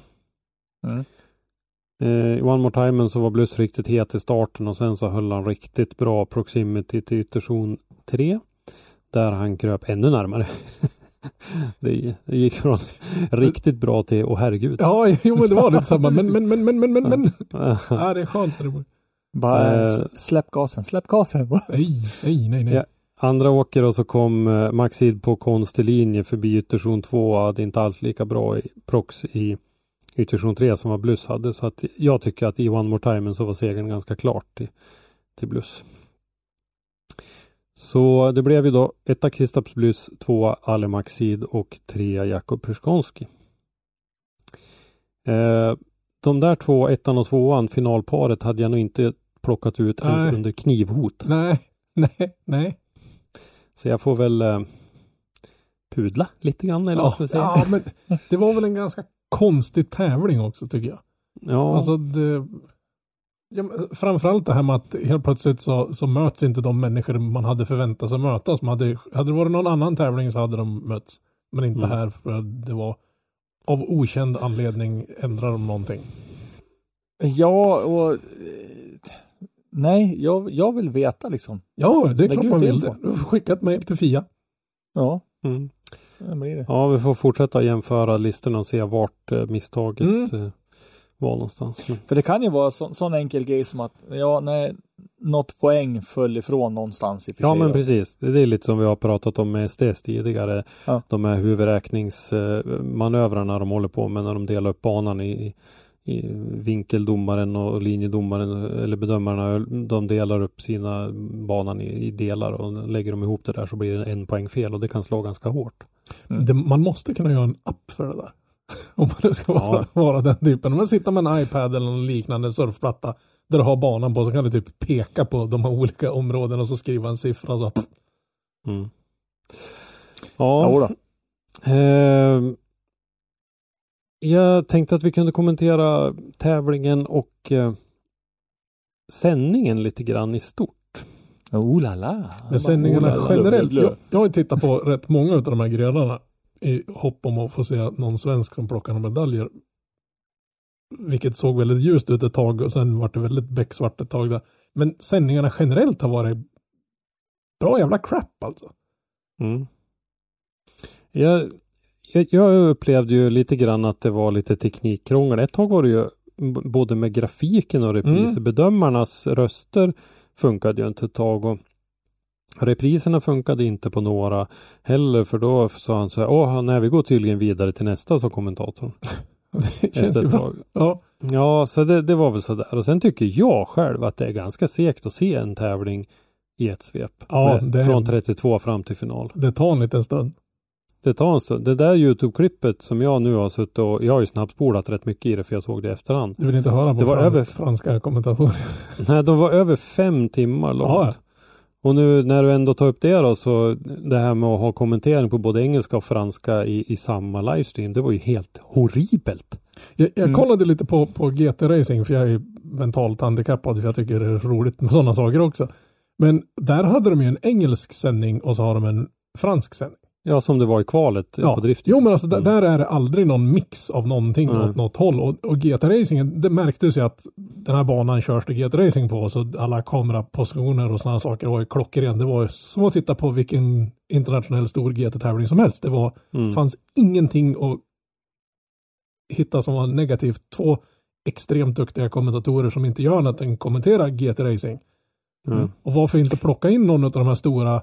I one more time så var Bluss riktigt het i starten och sen så höll han riktigt bra proximity till ytterzon 3 där han kröp ännu närmare. Det gick från riktigt bra till herregud. Ja, jo, men det var lite samma. Men. Ja, det är skönt. Bara släpp gasen. Nej. Ja, andra åker och så kom Maxid på konstig linje förbi ytterzon 2 och hade inte alls lika bra i prox i ytterzon 3 som var Bluss hade. Så att jag tycker att i one more time så var segern ganska klart till Bluss. Så det blev ju då 1 Kristaps Bluss, 2 Ale Maxid och 3 Jakub Pryszkonski. De där 2, 1 och 2, finalparet hade jag nog inte plockat ut ens under knivhot. Nej. Så jag får väl pudla lite grann eller vad ska jag säga. Ja, men det var väl en ganska konstig tävling också tycker jag. Ja. Alltså framförallt det här med att helt plötsligt så möts inte de människor man hade förväntat sig mötas. Hade det varit någon annan tävling så hade de mötts. Men inte här för det var av okänd anledning ändrar de någonting. Ja, och nej, jag vill veta liksom. Ja, det är klart man vill det. Du har skickat mig till Fia. Ja. Det blir det. Ja, vi får fortsätta jämföra listorna och se vart misstaget var någonstans. För det kan ju vara sån enkel grej som att något poäng föll ifrån någonstans i Ja, men precis. Det är lite som vi har pratat om med STS tidigare. Ja. De här huvudräkningsmanövrarna de håller på med när de delar upp banan i vinkeldomaren och linjedomaren eller bedömarna, de delar upp sina banan i delar och lägger de ihop det där så blir det 1 poäng fel och det kan slå ganska hårt. Man måste kunna göra en app för det där. Om det ska vara den typen. Om man sitter med en iPad eller någon liknande surfplatta där du har banan på så kan du typ peka på de här olika områdena och så skriva en siffra så. Ja. Jag tänkte att vi kunde kommentera tävlingen och sändningen lite grann i stort. Sändningarna generellt. Jag har ju tittat på rätt många av de här grenarna i hopp om att få se någon svensk som plockar några medaljer. Vilket såg väldigt ljust ut ett tag och sen var det väldigt becksvart ett tag där. Men sändningarna generellt har varit bra jävla crap alltså. Jag upplevde ju lite grann att det var lite teknikkrångel. Ett tag var det ju både med grafiken och repriser. Bedömarnas röster funkade ju inte ett tag och repriserna funkade inte på några heller för då sa han så här, nej vi går tydligen vidare till nästa som kommentator. Det känns ju bra. Ja, så det var väl så där. Och sen tycker jag själv att det är ganska segt att se en tävling i ett svep. Ja, från 32 fram till final. Det tar en liten stund. Det tar en stund. Det där YouTube-klippet som jag nu har suttit och jag har ju snabbspolat rätt mycket i det för jag såg det i efterhand. Du vill inte höra på det var franska kommentatorer? Nej, de var över 5 timmar långt. Ja. Och nu när du ändå tar upp det då, så det här med att ha kommentering på både engelska och franska i samma livestream, det var ju helt horribelt. Jag kollade lite på GT-racing för jag är mentalt handikappad för jag tycker det är roligt med sådana saker också. Men där hade de ju en engelsk sändning och så har de en fransk sändning. Ja, som det var i kvalet på drift. Jo, men alltså där är det aldrig någon mix av någonting åt något håll. Och GT-racingen, det märktes ju att den här banan körs det GT-racing på. Så alla kamerapositioner och sådana saker var ju klockren. Det var som att titta på vilken internationell stor GT-tävling som helst. Det var, fanns ingenting att hitta som var negativt. 2 extremt duktiga kommentatorer som inte gör annat än kommenterar GT-racing. Och varför inte plocka in någon av de här stora,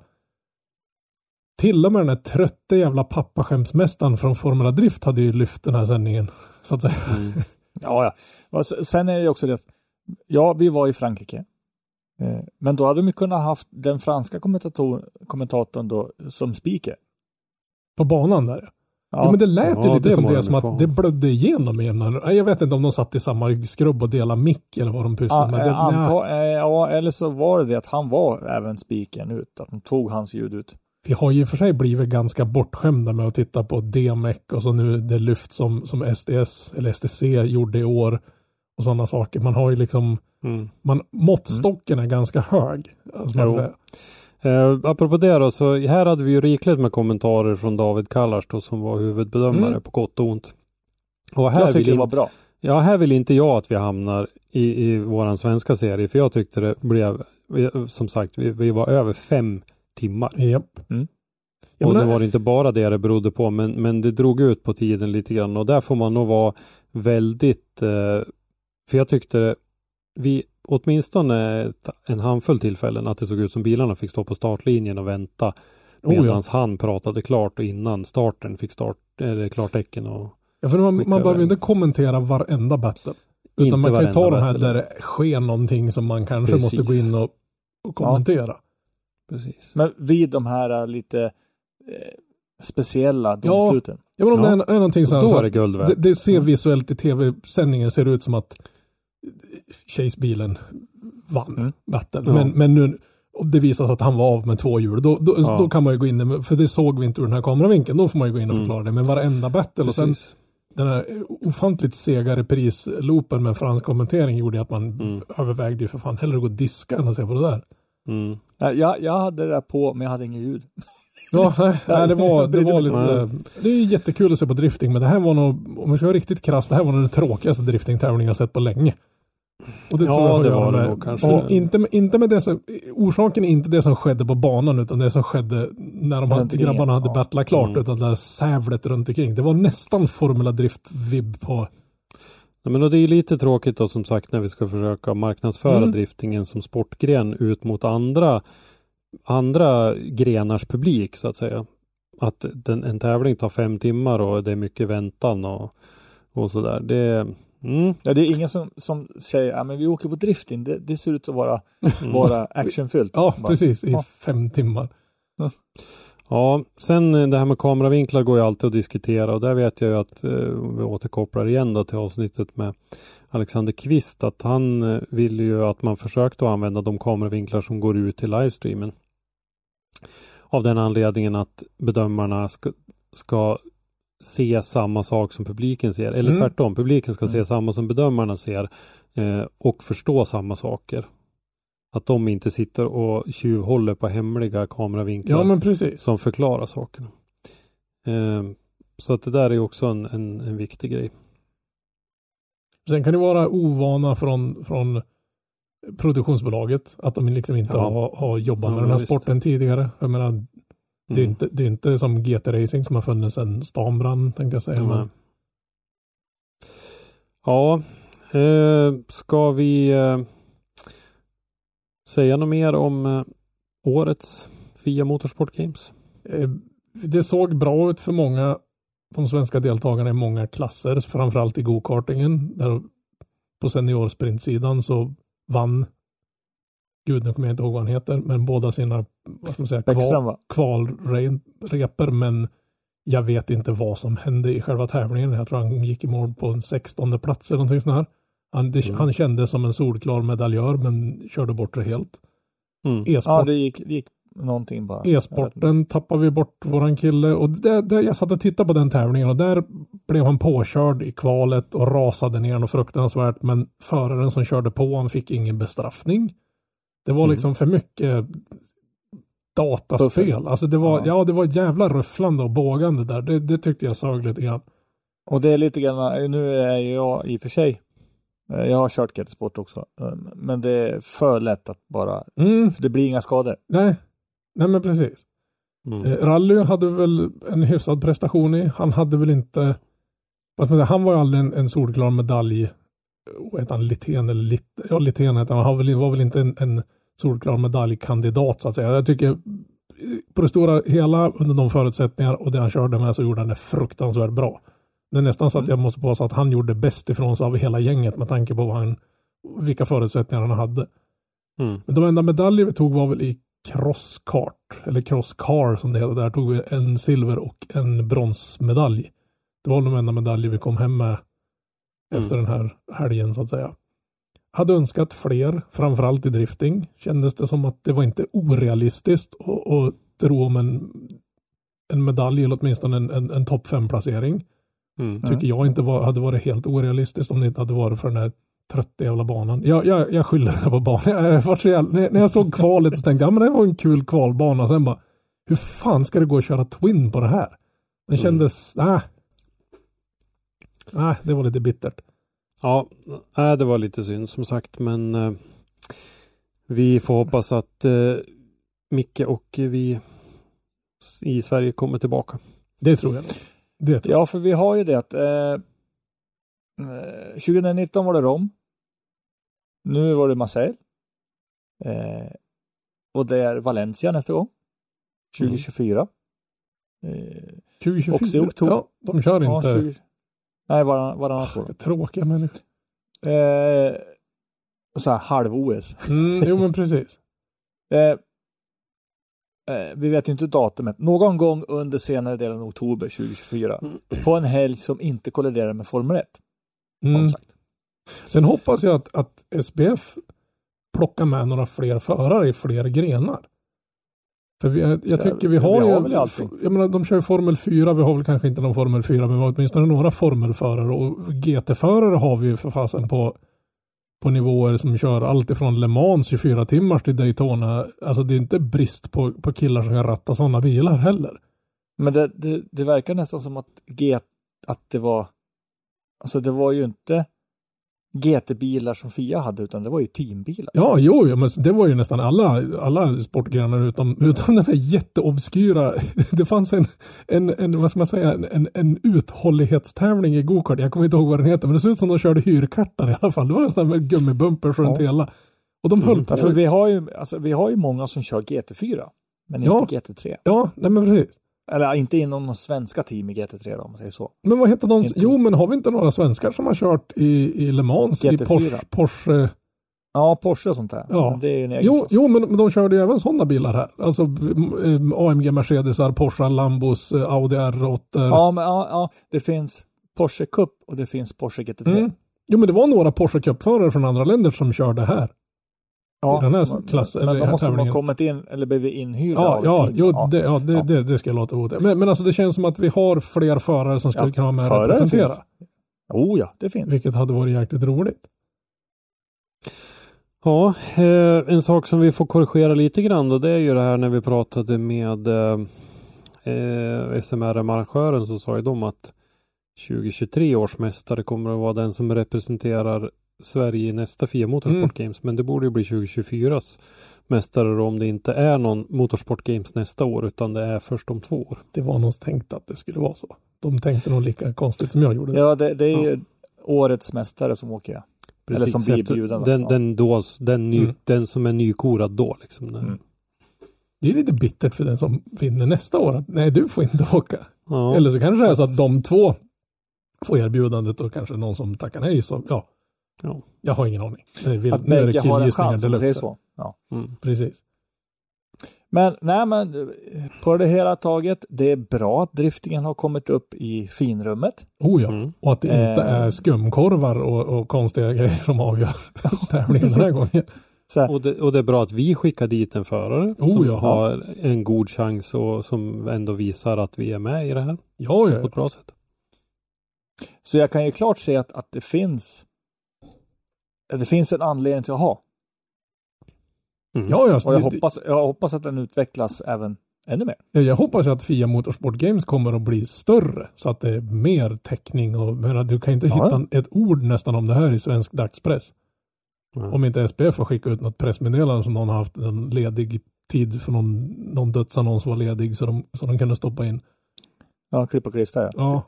till och med den här trötta jävla pappaskämsmästaren från Formula Drift hade ju lyft den här sändningen, så att säga. Ja. Sen är det också det, ja, vi var i Frankrike. Men då hade de kunnat haft den franska kommentatorn då som speaker. På banan där? Ja, men det lät ju lite som det som att det blödde igenom igen. Jag vet inte om de satt i samma skrubb och delade mick eller vad de pysslade med. Ja, eller så var det att han var även speakern ut. Att de tog hans ljud ut. Vi har ju för sig blivit ganska bortskämda med att titta på DMEC och så nu det lyft som SDS eller STC gjorde i år och sådana saker. Man har ju liksom måttstocken är ganska hög. Alltså apropå det då, så här hade vi ju rikligt med kommentarer från David Kallars då, som var huvudbedömare på gott och ont. Och här jag tycker det var bra. Ja, här vill inte jag att vi hamnar i våran svenska serie, för jag tyckte det blev, som sagt, vi var över 5 timmar. Japp. Och det var inte bara det berodde på, men det drog ut på tiden lite grann, och där får man nog vara väldigt, för jag tyckte vi åtminstone en handfull tillfällen att det såg ut som bilarna fick stå på startlinjen och vänta medan han pratade klart och innan starten fick klartecken. Ja, för man behöver ju inte kommentera varenda battle. Utan man kan ju ta de här där det sker någonting som man kanske måste gå in och kommentera. Ja. Precis. Men vid de här lite speciella domsluten. Ja, men om det är någonting så här, då är det guld värt. Det ser visuellt i tv-sändningen ser ut som att Chase-bilen vann battle. Men nu det visar sig att han var av med 2 hjul. Då kan man ju gå in, för det såg vi inte ur den här kameravinkeln. Då får man ju gå in och förklara det. Men varenda battle och sen den här ofantligt sega reprisloopen med fransk kommentering gjorde att man övervägde ju för fan hellre gå och diska än att se på det där. Jag hade det där på, men jag hade ingen ljud. Ja, det var lite. Det är ju jättekul att se på drifting, men det här var nog, om vi ska vara riktigt krass, det här var nog den tråkigaste driftingtävlingen jag sett på länge. Och det tror jag det var det nog kanske. Och inte med det som, orsaken är inte det som skedde på banan, utan det som skedde när grabbarna hade battlat klart, utan det där sävlet runt omkring. Det var nästan Formula Drift-vibb på. Ja, men det är lite tråkigt då, som sagt, när vi ska försöka marknadsföra driftingen som sportgren ut mot andra grenars publik, så att säga. Att en tävling tar 5 timmar och det är mycket väntan och sådär. Ja, det är ingen som säger men vi åker på drifting. Det ser ut att vara actionfyllt. Ja, precis. I 5 timmar. Ja, sen det här med kameravinklar går ju alltid att diskutera, och där vet jag ju att vi återkopplar igen då till avsnittet med Alexander Kvist, att han vill ju att man försökte att använda de kameravinklar som går ut till livestreamen. Av den anledningen att bedömarna ska se samma sak som publiken ser, eller tvärtom, publiken ska se samma som bedömarna ser och förstå samma saker. Att de inte sitter och tjuvhåller på hemliga kameravinklar som förklarar sakerna. Så att det där är också en viktig grej. Sen kan det vara ovana från produktionsbolaget att de liksom inte har jobbat med den här sporten tidigare. Jag menar, det är inte som GT-racing som har funnits sedan Stambrand, tänkte jag säga. Ja, ska vi säga något mer om årets FIA Motorsport Games? Det såg bra ut för många, de svenska deltagarna i många klasser, framförallt i go-kartingen. Där på seniorsprintsidan så vann, nu kommer jag inte ihåg vad han heter, men båda sina kvalreper, men Jag vet inte vad som hände i själva tävlingen. Jag tror han gick i mål på en 16:e plats eller någonting sånt här. Han kände som en solklar medaljör men körde bort det helt. Ja, det gick någonting bara. E-sporten tappade vi bort våran kille. Och där jag satt och tittade på den tävlingen och där blev han påkörd i kvalet och rasade ner något fruktansvärt. Men föraren som körde på han fick ingen bestraffning. Det var liksom för mycket dataspel. Alltså det var jävla rufflande och bågande där. Det tyckte jag sög lite grann. Och det är lite grann, nu är jag i och för sig, jag har kört GT-sport också, men det är för lätt att bara, för det blir inga skador. Nej men precis. Rally hade väl en hyfsad prestation i. Han hade väl inte, vad ska man säga, han var ju aldrig en solklar medalj. Vad heter han? Litén heter han. Han var väl inte en solklar medaljkandidat så att säga. Jag tycker på det stora hela under de förutsättningar och det han körde med så gjorde han det fruktansvärt bra. Det är nästan så att jag måste påstå att han gjorde bäst ifrån sig av hela gänget med tanke på vilka förutsättningar han hade. Men de enda medaljer vi tog var väl i crosskart eller crosscar som det heter. Där tog vi en silver och en bronsmedalj. Det var de enda medaljer vi kom hem med efter den här helgen så att säga. Hade önskat fler, framförallt i drifting. Kändes det som att det var inte orealistiskt att tro om en medalj eller åtminstone en topp 5-placering. Tycker jag inte hade varit helt orealistiskt om det inte hade varit för den här trötta jävla banan. Jag skyller det på banan. När jag såg kvalet så tänkte jag, men det var en kul kvalbana. Sen bara, hur fan ska det gå att köra twin på det här? Det kändes, det var lite bittert. Ja, det var lite synd som sagt, men vi får hoppas att Micke och vi i Sverige kommer tillbaka. Det tror jag. Ja, för vi har ju det att 2019 var det Rom. Nu var det Marseille. Och det är Valencia nästa gång. 2024. 2024? Också i oktober. Ja, de kör inte. Nej, varannat år. Tråkiga människor. Så här halv-OS. Jo, men precis. Vi vet ju inte datumet. Någon gång under senare delen av oktober 2024. På en helg som inte kolliderar med Formel 1. Sen hoppas jag att SBF plockar med några fler förare i fler grenar. För jag tycker vi har ju, jag menar, de kör ju Formel 4, vi har väl kanske inte någon Formel 4, men vi har åtminstone några Formelförare och GT-förare har vi ju för fasen på nivåer som kör allt ifrån Le Mans 24 timmar till Daytona. Alltså det är inte brist på killar som kan ratta sådana bilar heller. Men det verkar nästan som att det var, alltså det var ju inte GT-bilar som FIA hade, utan det var ju teambilar. Ja, men det var ju nästan alla sportgrenar utom den här jätteobskyra. Det fanns en vad ska man säga, en uthållighetstävling i go-kart. Jag kommer inte ihåg vad den heter, men det ser ut som de körde hyrkartar i alla fall. Det var nästan med gummibumpers runt hela. Och de höll på. För vi har ju många som kör GT4, men inte GT3. Ja, nej men precis. Eller inte inom någon svenska team i GT3 då, om man säger så. Men vad heter de? Jo, men har vi inte några svenskar som har kört i Le Mans? GT4. I Porsche? Ja, Porsche och sånt där. Ja. Men det är ju en egen jo, men de körde ju även sådana bilar här. Alltså AMG Mercedesar, Porsche Lambos, Audi R8. Ja, det finns Porsche Cup och det finns Porsche GT3. Jo, men det var några Porsche Cup-förare från andra länder som körde här. Ja, i den här klassen. Men de måste ha kommit in eller blivit inhyrda. Det ska jag låta åt. Men alltså det känns som att vi har fler förare som skulle kunna vara med och representera. Det finns. Vilket hade varit jäkligt roligt. Ja, en sak som vi får korrigera lite grann då, det är ju det här när vi pratade med SMR-arrangören, så sa ju de att 2023 års mästare kommer att vara den som representerar Sverige i nästa FIA Motorsport Games, men det borde ju bli 2024s mästare om det inte är någon Motorsport Games nästa år, utan det är först om 2 år. Det var nog tänkt att det skulle vara så. De tänkte nog lika konstigt som jag gjorde. Ja, det är ju årets mästare som åker. Ja. Eller som blir bjuden. Den som är nykorad då. Liksom. Det är lite bittert för den som vinner nästa år. Nej, du får inte åka. Ja. Eller så kanske det är så att de två får erbjudandet och kanske någon som tackar nej. Så, ja. Jag har ingen aning. Att bägge har en chans, det är så. Ja. Precis. Men på det hela taget, det är bra att driftingen har kommit upp i finrummet. Oh ja, och att det inte är skumkorvar och konstiga grejer som avgör tävlingen den här gången. Och det är bra att vi skickar dit en förare som har en god chans och som ändå visar att vi är med i det här på ett bra sätt. Så jag kan ju klart se att det finns en anledning till att ha. Mm. Och jag hoppas att den utvecklas även ännu mer. Jag hoppas att FIA Motorsport Games kommer att bli större så att det är mer täckning och du kan inte hitta ett ord nästan om det här i svensk dagspress. Om inte SPF har skickat ut något pressmeddelande som någon har haft en ledig tid för någon dödsannons var ledig så de kunde stoppa in. Ja, klipp och klistra. Ja.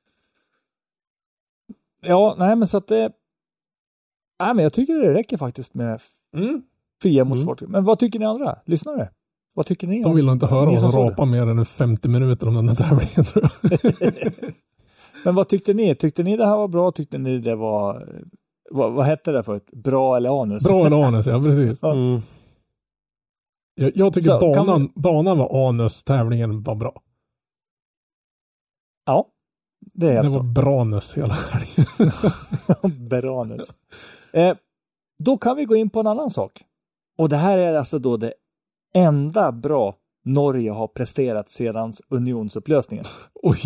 Ja, nej men så att det... Nej men jag tycker det räcker faktiskt med FIA Motorsport. Men vad tycker ni andra? Lyssnare? Vad tycker ni? De vill inte höra oss rapa mer än 50 minuter om den här tävlingen tror jag. Men vad tyckte ni? Tyckte ni det här var bra? Tyckte ni det var... Vad hette det för ett? Bra eller anus? Bra eller anus, ja precis. Mm. Jag tycker banan var anus, tävlingen var bra. Ja, det var branus hela helgen. Branus. Då kan vi gå in på en annan sak. Och det här är alltså då det enda bra Norge har presterat sedan unionsupplösningen. Oj.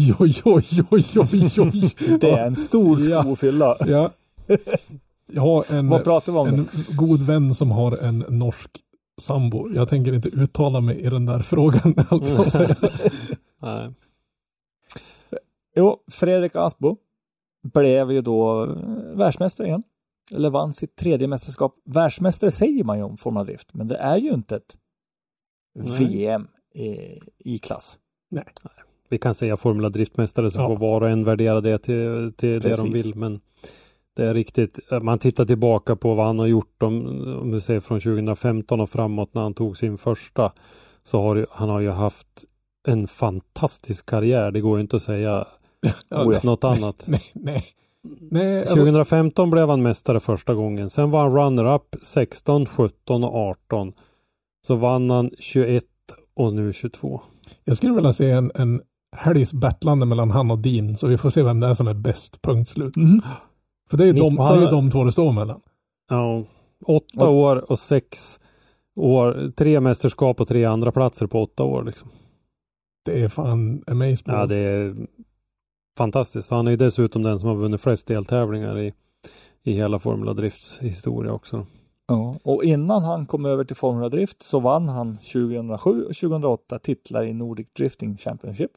Det är en stor skofylla. Ja. Jag har vad pratar vi om en god vän som har en norsk sambo. Jag tänker inte uttala mig i den där frågan. Nej. Jo, Fredrik Asbo blev ju då världsmästare igen. Eller vann sitt 3:e mästerskap. Världsmästare säger man ju om Formula Drift. Men det är ju inte ett VM i klass. Nej. Vi kan säga Formula Driftmästare så får var och en värdera det till det de vill. Men det är riktigt. Man tittar tillbaka på vad han har gjort om vi säger från 2015 och framåt när han tog sin första. Så har han ju haft en fantastisk karriär. Det går ju inte att säga något annat. Nej, 2015 blev han mästare första gången. Sen var han runner-up 16, 17 och 18. Så vann han 21 och nu 22. Jag skulle vilja se en helgs battlande mellan han och Dean. Så vi får se vem det är som är bäst, punkt slut. För det är de två det står mellan. Ja, 8 år och 6 år. 3 mästerskap och 3 andra platser på 8 år liksom. Det är fan amazing. Ja, det är fantastiskt. Så han är ju dessutom den som har vunnit flest deltävlingar i hela Formula Drifts historia också. Ja, och innan han kom över till Formula Drift så vann han 2007 och 2008 titlar i Nordic Drifting Championship.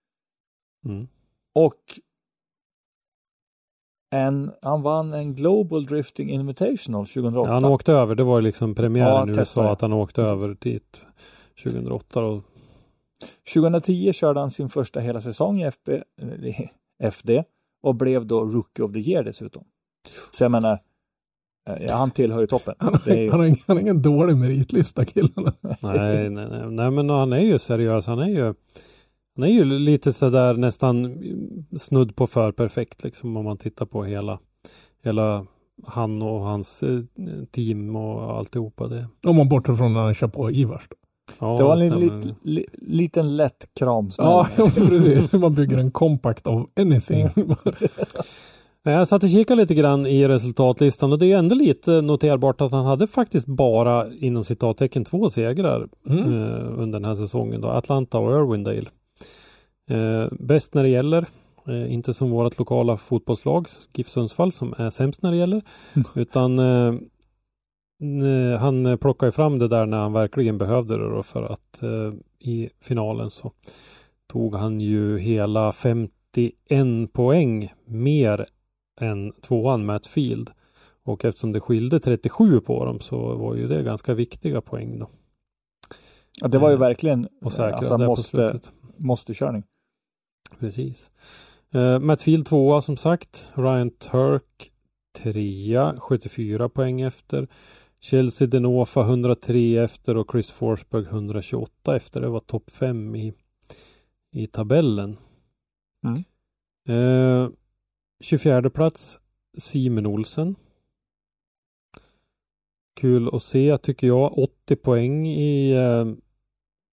Och han vann en Global Drifting Invitational 2008. Ja, han åkte över, det var liksom premiären i USA att han åkte över dit 2008 då. 2010 körde han sin första hela säsong i FD och blev då Rookie of the Year dessutom. Så jag menar, han tillhör ju toppen. Han har ingen dålig meritlista killarna. Nej, men han är ju seriös. Han är ju lite sådär nästan snudd på för perfekt liksom om man tittar på hela han och hans team och alltihopa det. Om man bortser från när han kör på Ivars. Ja, det var en liten lätt kram. Ja, precis. Man bygger en compact of anything. Jag satt och kikade lite grann i resultatlistan och det är ändå lite noterbart att han hade faktiskt bara inom citattecken 2 segrar under den här säsongen då. Atlanta och Irwindale. Bäst när det gäller. Inte som vårt lokala fotbollslag GIF Sundsvall som är sämst när det gäller. Utan han plockade fram det där när han verkligen behövde det då, för att i finalen så tog han ju hela 51 poäng mer än tvåan Matt Field. Och eftersom det skilde 37 på dem så var ju det ganska viktiga poäng då. Ja, det var ju verkligen måste-körning. Precis. Matt Field 2 som sagt. Ryan Turk 3, 74 poäng efter. Chelsea Denofa 103 efter och Chris Forsberg 128 efter. Det var topp 5 i tabellen. 24 plats Simon Olsen. Kul att se tycker jag. 80 poäng i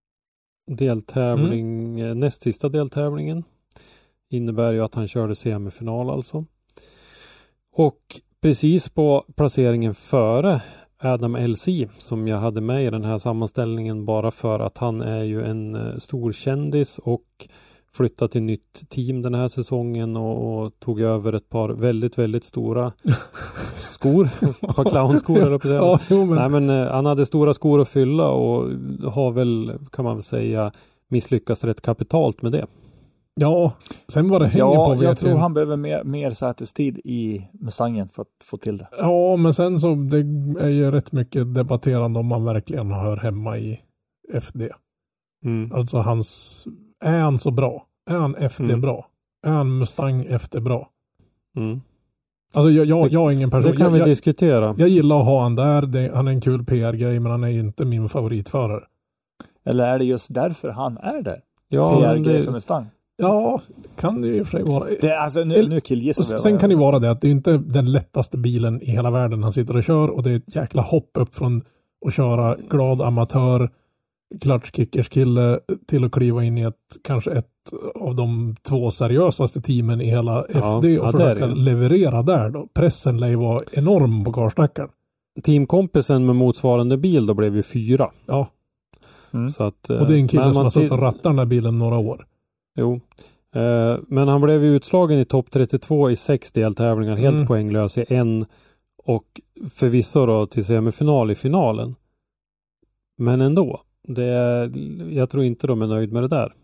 deltävling, näst sista deltävlingen. Innebär ju att han körde semifinal alltså. Och precis på placeringen före Adam LC som jag hade med i den här sammanställningen bara för att han är ju en stor kändis och flyttat till nytt team den här säsongen och tog över ett par väldigt, väldigt stora skor. Ett par clownskor eller på Ja, Nej, men han hade stora skor att fylla och har väl, kan man väl säga, misslyckats rätt kapitalt med det. Ja, sen var det hänger på. Jag tror han behöver mer sätestid i Mustangen för att få till det. Ja, men sen så det är ju rätt mycket debatterande om man verkligen hör hemma i FD. Alltså är han så bra? Är han FD bra? Är han Mustang FD bra? Alltså jag har ingen person. Det kan vi diskutera. Jag gillar att ha han där. Han är en kul PR-grej, men han är inte min favoritförare. Eller är det just därför han är där? Ja, PR-grej för Mustang? Ja, kan det i och för sig vara. Det, alltså, nu killgissar vi. Sen kan det vara det att det är inte den lättaste bilen i hela världen han sitter och kör, och det är ett jäkla hopp upp från att köra glad amatör klatschkickerskille till att kliva in i kanske ett av de 2 seriösaste teamen i hela FD och försöka leverera där då. Pressen lär ju vara enorm på karlstackaren. Teamkompisen med motsvarande bil då blev ju 4. Ja. Så att, och det är en kille som har suttit och rattat den här bilen några år. Jo. Men han blev ju utslagen i topp 32 i 6 deltävlingar, helt poänglös i en och förvisso då till semifinal i finalen. Men ändå, jag tror inte de är nöjd med det där.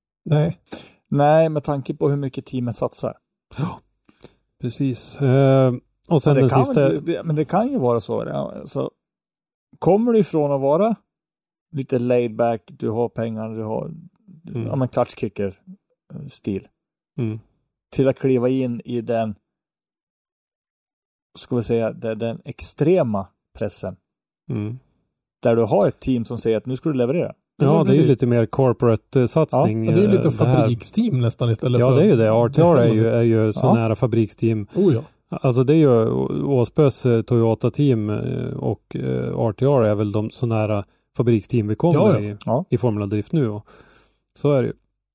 Nej, med tanke på hur mycket teamet satsar. Ja, precis. Och sen den sista... Men det kan ju vara så. Alltså, kommer du ifrån att vara lite laid back, du har pengar, du har klatschkicker stil. Till att kliva in i den, ska vi säga, den extrema pressen. Där du har ett team som säger att nu ska du leverera. Ja, det är ju lite mer corporate-satsning. Ja, det är ju lite fabriksteam nästan istället för... Ja, det är ju det. RTR är ju så nära fabriksteam. Ja. Alltså det är ju Åsbös Toyota-team och RTR är väl de så nära fabriksteam vi kommer i Formula Drift nu. Och så är det ju.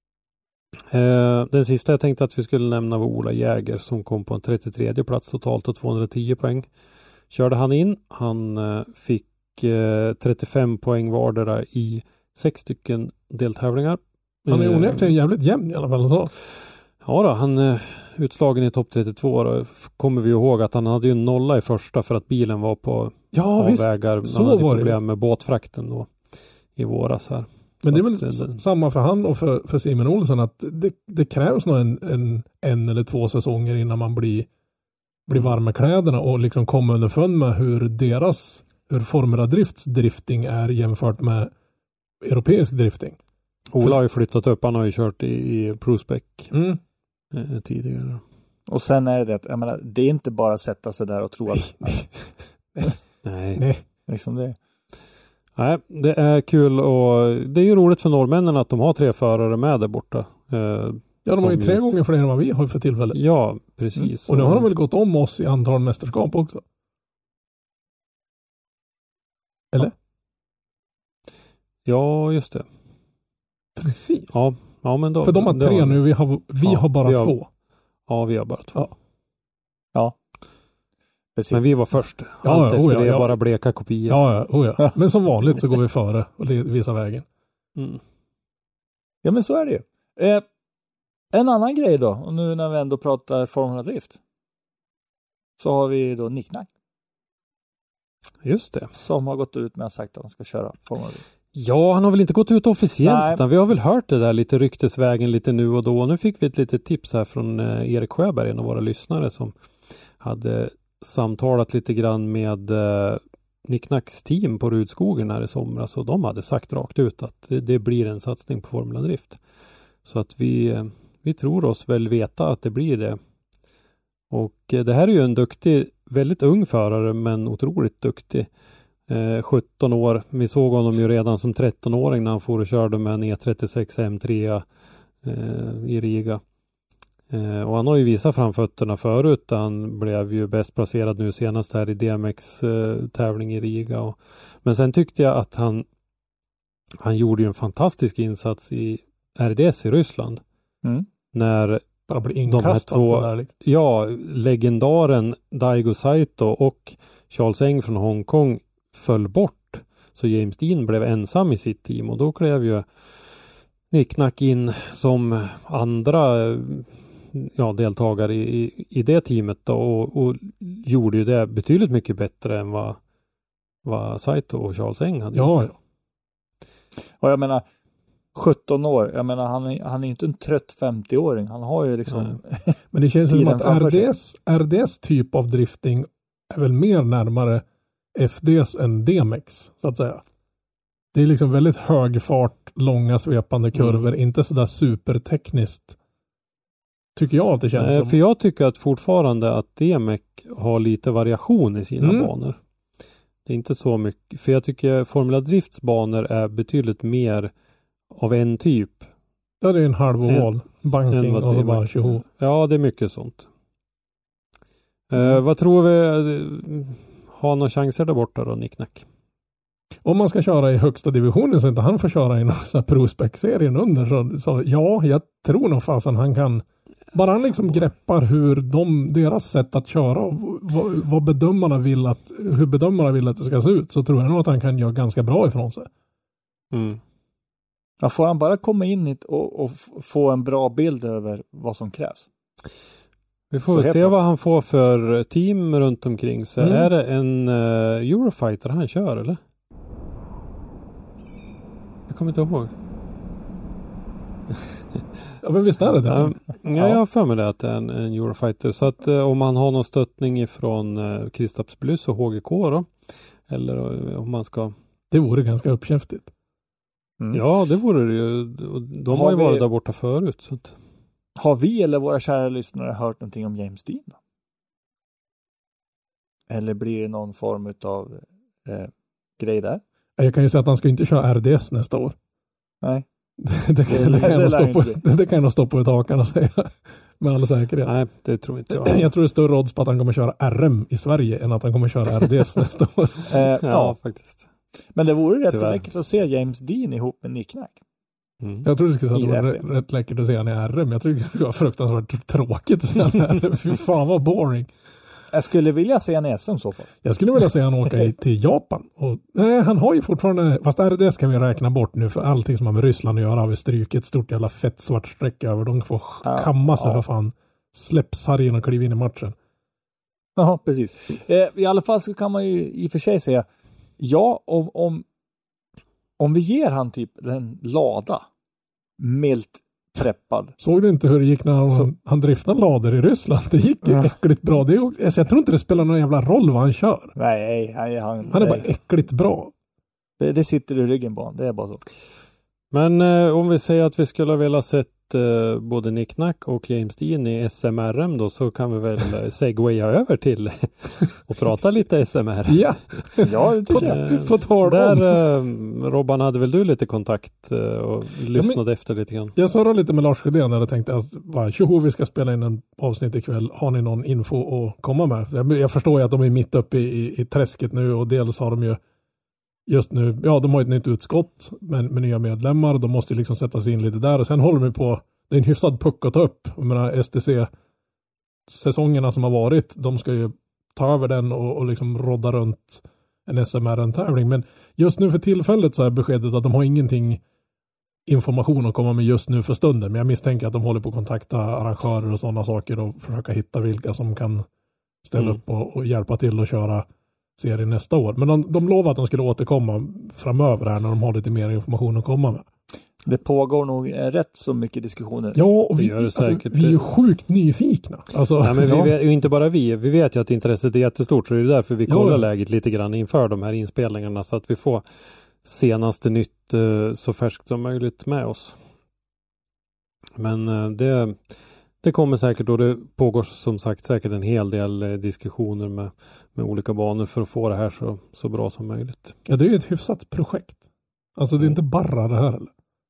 Den sista jag tänkte att vi skulle nämna var Ola Jäger som kom på en 33 plats totalt och 210 poäng. Körde han in. Han fick 35 poäng vardera i 6 stycken deltävlingar. Han är onekligen jävligt jämn i alla fall. Så. Ja då, han är utslagen i topp 32. Då kommer vi ihåg att han hade ju en 0 i första för att bilen var på avvägar. Så han hade var problem med båtfrakten då i våras här. Men det är väl samma för han och för Simon Olsson att det krävs nog en eller 2 säsonger innan man blir varm med kläderna och liksom kommer underfund med hur Formula Drifts drifting är jämfört med europeisk drifting. Ola har ju flyttat upp, han har ju kört i Prospec tidigare. Och sen är det jag menar, det är inte bara att sätta sig där och tro att Nej. Liksom det. Nej, det är kul och det är ju roligt för norrmännen att de har 3 förare med där borta. Ja, de har ju 3 gånger fler än vad vi har för tillfället. Ja, precis. Och nu har de väl gått om oss i antal mästerskap också. Eller? Ja, just det. Precis. Ja men då. För de har 3 nu, vi har bara 2. Ja, vi har bara 2. Ja. Precis. Men vi var först. Allt efter det är bara bleka kopior. Ja. Men som vanligt så går vi före och visar vägen. Ja, men så är det ju. En annan grej då, och nu när vi ändå pratar Formula Drift, så har vi då Nicknack. Just det. Som har gått ut med att sagt att han ska köra Formula Drift. Ja, han har väl inte gått ut officiellt, utan vi har väl hört det där lite ryktesvägen lite nu och då. Nu fick vi ett litet tips här från Erik Sjöberg, en av våra lyssnare som hade samtalat lite grann med Nicknacks team på Rudskogen här i somras, och de hade sagt rakt ut att det blir en satsning på Formula Drift. Så att vi tror oss väl veta att det blir det. Och det här är ju en duktig, väldigt ung förare, men otroligt duktig. 17 år. Vi såg honom ju redan som 13-åring när han får och körde med en E36 M3 i Riga. Och han har ju visat framfötterna förut. Han blev ju bäst placerad nu senast här i DMX tävling i Riga. Men sen tyckte jag att han han gjorde ju en fantastisk insats i RDS i Ryssland. När bara blir inkastad de här två, sådär liksom. ja, legendaren Daigo Saito och Charles Eng från Hongkong föll bort. Så James Dean blev ensam i sitt team och då klev ju Nick Nack in som andra deltagare i det teamet då, och gjorde ju det betydligt mycket bättre än vad Saito och Charles Eng hade gjort. Och jag menar 17 år, jag menar han är inte en trött 50-åring, han har ju liksom men det känns som att RDS typ av drifting är väl mer närmare FDs än DMX så att säga. Det är liksom väldigt hög fart, långa svepande kurvor, inte sådär supertekniskt. Tycker jag att det känns som. För jag tycker att fortfarande att DMX har lite variation i sina banor. Det är inte så mycket, för jag tycker Formula Drifts banor är betydligt mer av en typ. Ja, det är en halv oval, banking och så bara tjoho. Ja, det är mycket sånt. Vad tror vi har några chanser där borta då, Nick Nack? Om man ska köra i högsta divisionen så inte han får köra i någon sån här Pro-Spec-serien under så ja, jag tror nog fasen han kan. Bara han liksom greppar hur deras sätt att köra och vad bedömarna vill hur bedömarna vill att det ska se ut, så tror jag nog att han kan göra ganska bra ifrån sig. Ja, får han bara komma in och få en bra bild över vad som krävs. Vi får se vad han får för team runt omkring sig. Är det en Eurofighter han kör eller? Jag kommer inte ihåg. Ja, men visst är det det? Ja, jag har för mig det att det är en Eurofighter. Så att om man har någon stöttning ifrån Kristaps Plus och HGK då. Eller om man ska... Det vore ganska uppkäftigt. Ja, det vore det ju. De har ju varit där borta förut. Så att... Har vi eller våra kära lyssnare hört någonting om James Dean då? Eller blir det någon form av grej där? Jag kan ju säga att han ska inte köra RDS nästa år. Nej. Det kan jag stå på ett hakan och säga. Med all säkerhet. Nej, det tror inte jag. Jag tror det är större odds på att han kommer köra RM i Sverige än att han kommer köra RDS nästa år. Ja, faktiskt. Men det vore rätt så läckert att se James Dean ihop med Nick Nack. Jag tror det skulle säga att det var rätt läckert att se han i RM. Jag tror det skulle vara fruktansvärt tråkigt att se han i RM. Fy fan vad boring. Jag skulle vilja se en SM så fall. Jag skulle vilja se han åka till Japan. Och, han har ju fortfarande, fast RDS kan vi räkna bort nu för allting som har med Ryssland att göra har vi strykit ett stort jävla fett svart streck över. De får kamma sig för fan. Släpp sargen och kliva in i matchen. Ja, precis. I alla fall så kan man ju i och för sig säga ja, om vi ger han typ en lada milt preppad. Såg du inte hur det gick när han driftade lader i Ryssland? Det gick ju äckligt bra. Det är, alltså, jag tror inte det spelar någon jävla roll vad han kör. Nej, han är bara äckligt bra. Det sitter i ryggen på honom. Det är bara så. Men om vi säger att vi skulle vilja sett både Nick Nack och James Dean i SMRM då, så kan vi väl segwaya över till och prata lite SMR. Ja, det tycker jag. Där Robban, hade väl du lite kontakt och lyssnade efter lite grann? Jag sa lite med Lars Sjödén när jag tänkte att tjoho, vi ska spela in en avsnitt ikväll. Har ni någon info att komma med? Jag förstår ju att de är mitt uppe i träsket nu, och dels har de ju just nu, de har ett nytt utskott med nya medlemmar. De måste ju liksom sätta sig in lite där. Och sen håller de på, det är en hyfsad puck att ta upp. Jag menar, STC-säsongerna som har varit, de ska ju ta över den och liksom rodda runt en SMR-tävling. Men just nu för tillfället så är beskedet att de har ingenting information att komma med just nu för stunden. Men jag misstänker att de håller på att kontakta arrangörer och sådana saker och försöka hitta vilka som kan ställa upp och hjälpa till att köra serien nästa år. Men de lovade att de skulle återkomma framöver här när de har lite mer information att komma med. Det pågår nog rätt så mycket diskussioner. Ja, och vi är ju sjukt nyfikna. Alltså, men vi vet ju inte bara vi vet ju att intresset är jättestort, så det är därför vi kollar läget lite grann inför de här inspelningarna, så att vi får senaste nytt så färskt som möjligt med oss. Men det kommer säkert, och det pågår som sagt säkert en hel del diskussioner med olika banor för att få det här så bra som möjligt. Ja, det är ju ett hyfsat projekt. Alltså det är inte bara det här eller?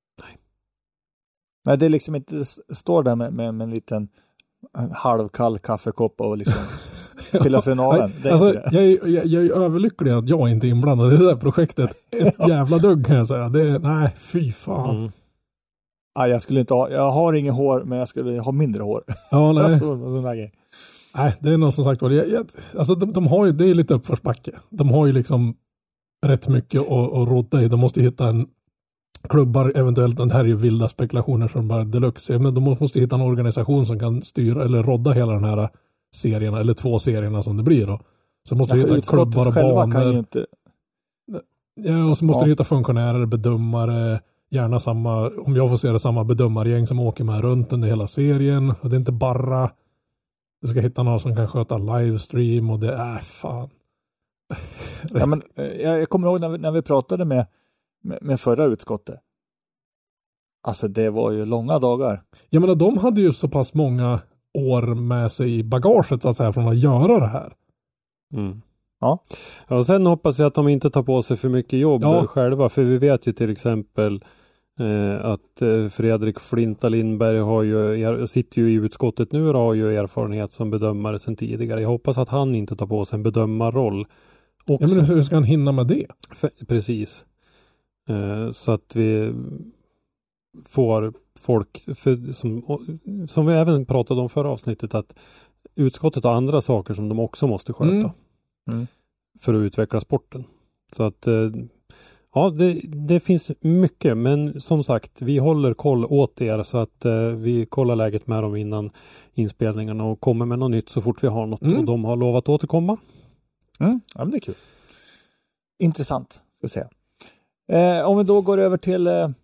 Nej, det är liksom inte står där med en liten halvkall kaffekopp och liksom pilla sig i naveln. Alltså, jag är överlycklig att jag inte är inblandad i det där projektet. Ett jävla dugg kan jag säga. Nej, fy fan. Mm. Ja, jag har ingen hår, men jag skulle ha mindre hår. Ja, nej. sån där grej. Nej, det är nog som sagt alltså de har ju, det är lite uppförsbacke. De har ju liksom rätt mycket att rodda i. De måste hitta en klubbar, eventuellt, det här är ju vilda spekulationer som bara deluxe, men de måste hitta en organisation som kan styra eller rodda hela den här serien, eller 2 serierna som det blir då. Så måste du hitta klubbar och banor. Kan ju inte... Ja, och så måste du hitta funktionärer, bedömare, gärna samma, om jag får se det, samma bedömargäng som åker med runt under hela serien. Och det är inte bara, du ska hitta någon som kan sköta livestream och det är fan. Ja, men jag kommer ihåg när vi pratade med förra utskottet. Alltså det var ju långa dagar. Jag menar, de hade ju så pass många år med sig i bagaget så att säga från att göra det här. Mm. Ja, och sen hoppas jag att de inte tar på sig för mycket jobb själva, för vi vet ju till exempel att Fredrik Flinta Lindberg sitter ju i utskottet nu och har ju erfarenhet som bedömare sedan tidigare. Jag hoppas att han inte tar på sig en bedömarroll också. Ja, men hur ska han hinna med det? Precis. Så att vi får folk, som vi även pratade om förra avsnittet, att utskottet har andra saker som de också måste sköta för att utveckla sporten. Så att ja, det finns mycket, men som sagt, vi håller koll åt er så att vi kollar läget med dem innan inspelningarna och kommer med något nytt så fort vi har något och de har lovat återkomma. Ja, men det är kul. Intressant, ska jag säga. Om vi då går över till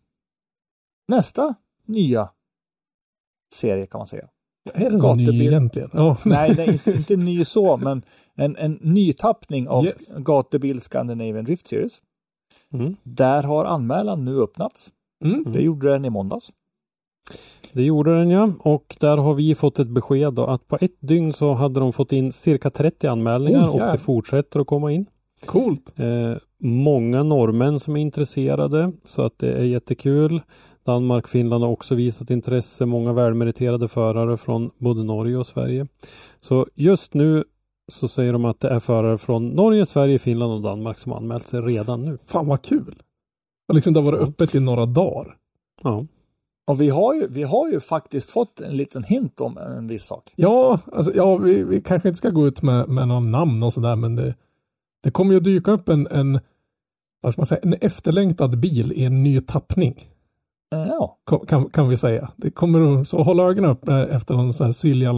nästa nya serie kan man säga. Är det så ny egentligen? Oh. Nej, inte ny så, men en nytappning av Gatubil Scandinavian Drift Series. Där har anmälan nu öppnats. Det gjorde den i måndags. Det gjorde den, ja. Och där har vi fått ett besked då, att på ett dygn så hade de fått in cirka 30 anmälningar och det fortsätter att komma in. Coolt. Många norrmän som är intresserade, så att det är jättekul. Danmark, Finland har också visat intresse. Många välmeriterade förare från både Norge och Sverige. Så just nu så säger de att det är förare från Norge, Sverige, Finland och Danmark som anmält sig redan nu. Fan vad kul. Och liksom det har varit öppet i några dagar. Ja. Och vi har ju faktiskt fått en liten hint om en viss sak. Ja, alltså, vi kanske inte ska gå ut med någon namn och sådär, men det kommer ju dyka upp en vad ska man säga, en efterlängtad bil i en ny tappning. Ja. Kan vi säga. Det kommer att, så hålla ögonen upp efter en sån här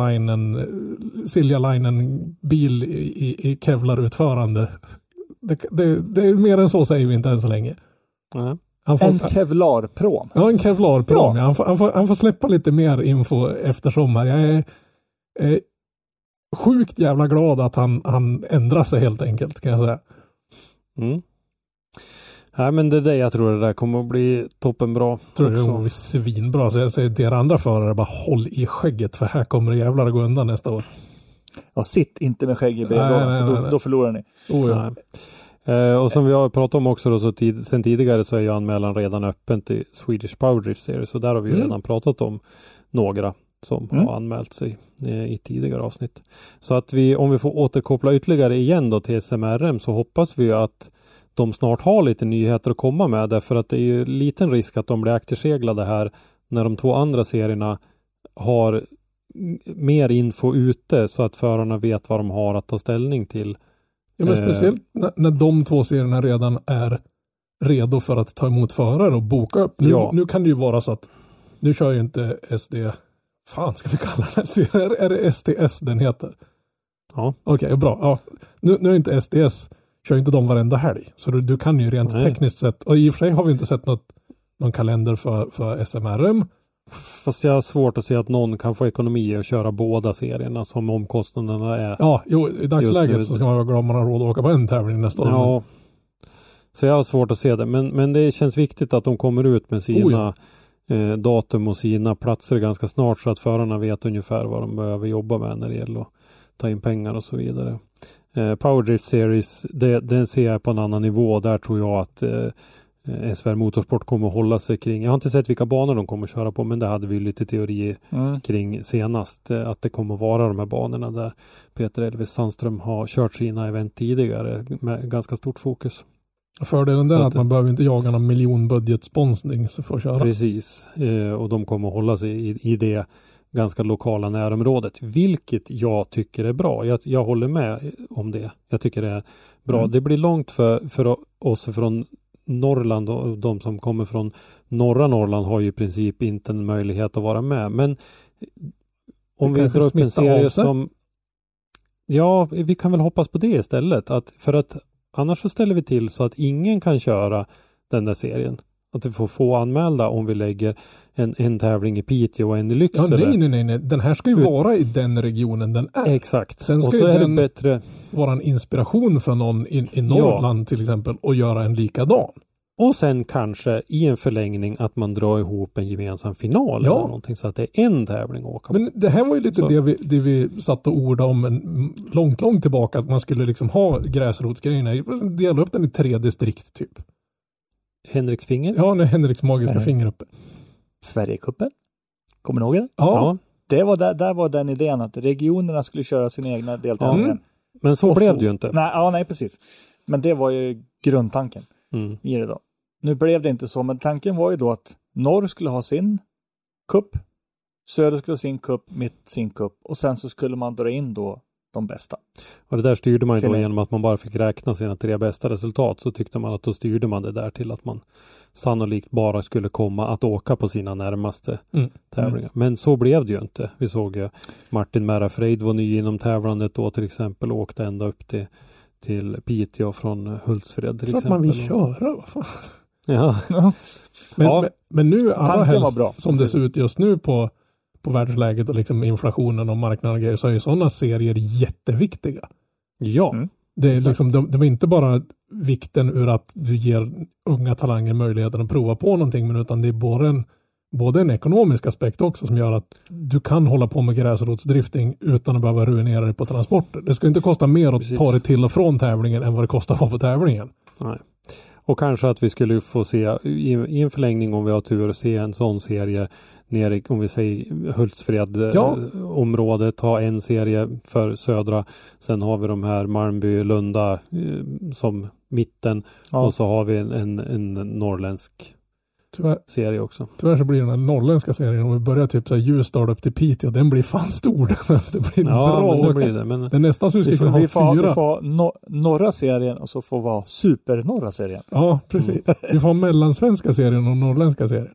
Silja Linen bil i Kevlar-utförande. Det är mer än så säger vi inte än så länge. En Kevlar-prom. Ja, en Kevlar-prom. Ja. Han får släppa lite mer info eftersom här. Jag är sjukt jävla glad att han ändrar sig helt enkelt, kan jag säga. Nej, men det jag tror det där kommer att bli toppenbra. Tror det kommer att bli svinbra. Så jag säger till er andra förare, bara håll i skägget, för här kommer det jävlar att gå undan nästa år. Ja, sitt inte med skägg i brevlådan, då förlorar ni. Och som vi har pratat om också då, sen tidigare så är ju anmälan redan öppen till Swedish Power Drift Series. Så där har vi redan pratat om några som har anmält sig i tidigare avsnitt. Så att om vi får återkoppla ytterligare igen då till SMRM, så hoppas vi att de snart har lite nyheter att komma med, därför att det är ju liten risk att de blir akterseglade här när de 2 andra serierna har mer info ute så att förarna vet vad de har att ta ställning till. Ja, men speciellt när de 2 serierna redan är redo för att ta emot förare och boka upp. Nu kan det ju vara så att nu kör ju inte SD, fan ska vi kalla det? Är det STS den heter? Ja. Okej, bra. Ja. Nu är inte SDS, kör inte de varenda helg. Så du kan ju rent tekniskt sett, och i och för sig har vi inte sett någon kalender för SMRM. Fast jag har svårt att se att någon kan få ekonomi att köra båda serierna som omkostnaderna är. Ja, i dagsläget så ska man vara glad om man har råd att åka på en tävling nästa år. Ja, så jag har svårt att se det. Men det känns viktigt att de kommer ut med sina datum och sina platser ganska snart, så att förarna vet ungefär vad de behöver jobba med när det gäller att ta in pengar och så vidare. Power Drift Series, den ser jag på en annan nivå. Där tror jag att SVR Motorsport kommer att hålla sig kring. Jag har inte sett vilka banor de kommer att köra på, men det hade vi lite teorier kring senast. Att det kommer att vara de här banorna där Peter Elvis Sandström har kört sina event tidigare med ganska stort fokus. Fördelen är att man behöver inte jaga någon miljonbudgetsponsring för att köra. Precis, och de kommer att hålla sig i det ganska lokala närområdet, vilket jag tycker är bra. Jag håller med om det. Jag tycker det är bra. Det blir långt för oss från Norrland, och de som kommer från norra Norrland har ju i princip inte en möjlighet att vara med. Men om vi drar upp en serie som... Ja, vi kan väl hoppas på det istället. För att annars så ställer vi till så att ingen kan köra den där serien. Att vi får få anmälda om vi lägger en tävling i Piteå och en i Lycksele. Ja, nej. Den här ska ju vara i den regionen den är. Exakt. Sen ska och så ju är den det bättre... vara en inspiration för någon i Norrland till exempel och göra en likadan. Och sen kanske i en förlängning att man drar ihop en gemensam final eller någonting, så att det är en tävling att åka på. Men det här var ju lite det vi satt och ordade om långt tillbaka, att man skulle liksom ha gräsrotsgrejerna, dela upp den i 3 distrikt typ. Henriks finger? Ja, Henriks magiska finger uppe. Sverigecupen. Kommer ni ihåg det? Ja. Det var där var den idén att regionerna skulle köra sina egna deltävlingar. Men så blev det ju inte. Nej, precis. Men det var ju grundtanken i det då. Nu blev det inte så, men tanken var ju då att norr skulle ha sin kupp, söder skulle ha sin kupp, mitt sin kupp, och sen så skulle man dra in då de bästa. Och det där styrde man ju då genom att man bara fick räkna sina 3 bästa resultat, så tyckte man att då styrde man det där till att man sannolikt bara skulle komma att åka på sina närmaste tävlingar. Men så blev det ju inte. Vi såg ju Martin Merafreid var ny inom tävlandet då till exempel, och åkte ända upp till Piteå från Hultsfred till exempel. Man vill köra, vad fan. Ja. Men nu alla helst, bra. Som det ser ut just nu på världsläget och liksom inflationen och marknaden och grejer, så är ju sådana serier jätteviktiga. Ja. Det är liksom, de är inte bara vikten ur att du ger unga talanger möjligheten att prova på någonting, men utan det är både en ekonomisk aspekt också som gör att du kan hålla på med gräsrotsdrifting utan att behöva ruinera dig på transporter. Det ska inte kosta mer att ta dig till och från tävlingen än vad det kostar att vara på tävlingen. Nej. Och kanske att vi skulle få se i en förlängning, om vi har tur, se en sån serie nere, om vi säger Hultsfred området, ha en serie för södra, sen har vi de här Malmby, Lunda som mitten, och så har vi en norrländsk serie också. Tyvärr så blir den här norrländska serien, om vi börjar typ så här Ljusdal upp till Piteå, den blir fan stor. Det blir bra. Men det blir det. Men det är nästan så vi ska ha 4. Vi får norra serien och så får vara supernorra serien. Ja, precis. Vi får mellansvenska serien och norrländska serien.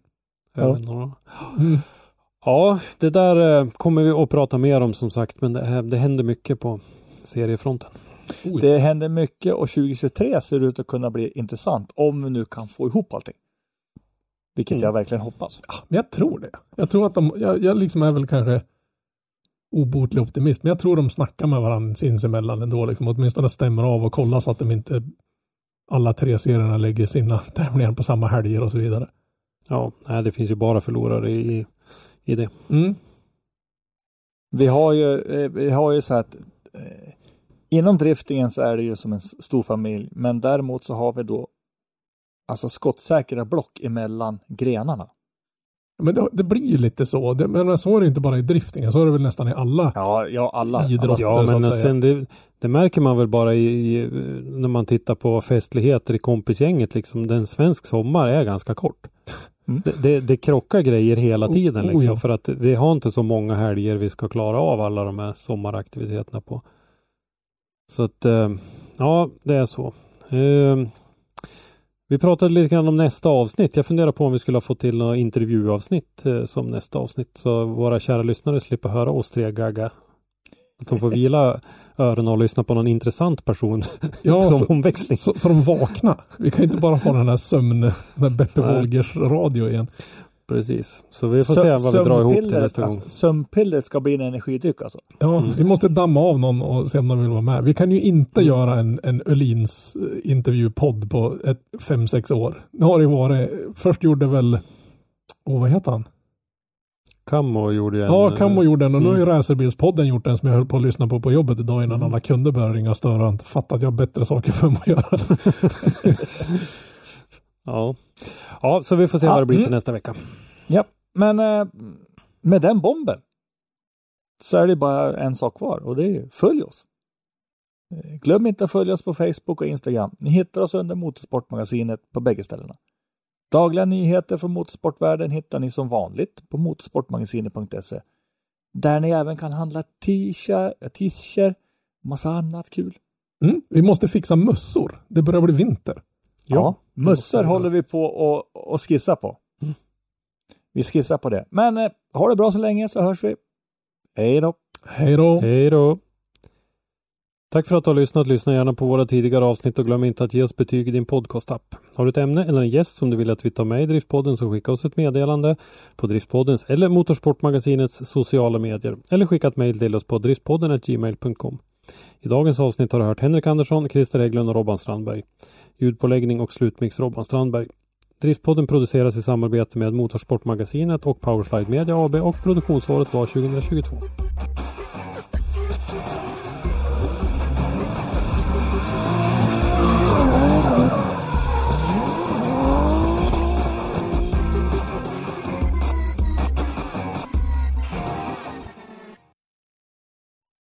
Ja, det där kommer vi att prata mer om som sagt, men det händer mycket på seriefronten. Det händer mycket, och 2023 ser ut att kunna bli intressant om vi nu kan få ihop allting. Vilket jag verkligen hoppas. Ja, men jag tror det. Jag tror att jag liksom är väl kanske obotlig optimist, men jag tror de snackar med varandra sinsemellan ändå, liksom, åtminstone stämmer av och kollar så att de inte alla 3 serierna lägger sina tävlingar på samma helger och så vidare. Ja, det finns ju bara förlorare i det. Vi har ju så att inom driftingen så är det ju som en stor familj, men däremot så har vi då alltså skottsäkra block emellan grenarna. Men det blir ju lite så. Men så är det inte bara i driftingen, så är det väl nästan i alla alla idrotter. Ja, men sen det märker man väl bara när man tittar på festligheter i kompisgänget. Liksom, den svensk sommar är ganska kort. Det krockar grejer hela tiden. Liksom, för att vi har inte så många helger vi ska klara av alla de här sommaraktiviteterna på. Så att, det är så. Vi pratade lite grann om nästa avsnitt. Jag funderar på om vi skulle ha fått till några intervjuavsnitt som nästa avsnitt. Så våra kära lyssnare slipper höra oss 3 gagga. Att de får vila öronen och lyssna på någon intressant person som omväxling. Så de vaknar. Vi kan inte bara ha den här Beppe Wolgers radio igen. Precis. Så vi får se vad vi drar ihop till nästa gång. Sömnpillret ska bli en energidryck alltså. Ja, vi måste damma av någon och se om de vill vara med. Vi kan ju inte göra en Öhlins intervjupodd på 5-6 år. Nu har det varit, först gjorde väl, vad heter han? Kammo gjorde en. Ja, Kammo gjorde en, och nu har ju Racerbilspodden gjort en som jag höll på att lyssna på jobbet idag innan alla kunder började ringa och störa och inte fattat att jag har bättre saker för mig att göra. Ja. Ja, så vi får se vad det blir till nästa vecka. Ja, men med den bomben så är det bara en sak kvar och det är följ oss. Glöm inte att följa oss på Facebook och Instagram. Ni hittar oss under Motorsportmagasinet på bägge ställena. Dagliga nyheter från motorsportvärlden hittar ni som vanligt på motorsportmagasinet.se. Där ni även kan handla t-shirts, massa annat kul. Vi måste fixa mössor. Det börjar bli vinter. Ja, mössor håller vi på och skissa på. Vi skissar på det. Men ha det bra så länge så hörs vi. Hej då. Hej då. Hej då. Tack för att du har lyssnat. Lyssna gärna på våra tidigare avsnitt och glöm inte att ge oss betyg i din podcastapp. Har du ett ämne eller en gäst som du vill att vi tar med i Driftpodden så skicka oss ett meddelande på Driftpoddens eller Motorsportmagasinets sociala medier. Eller skicka ett mejl till oss på driftpodden@gmail.com. I dagens avsnitt har du hört Henrik Andersson, Christer Hägglund och Robban Strandberg. Ljudpåläggning och slutmix Robban Strandberg. Driftpodden produceras i samarbete med Motorsportmagasinet och Powerslide Media AB och produktionsåret var 2022.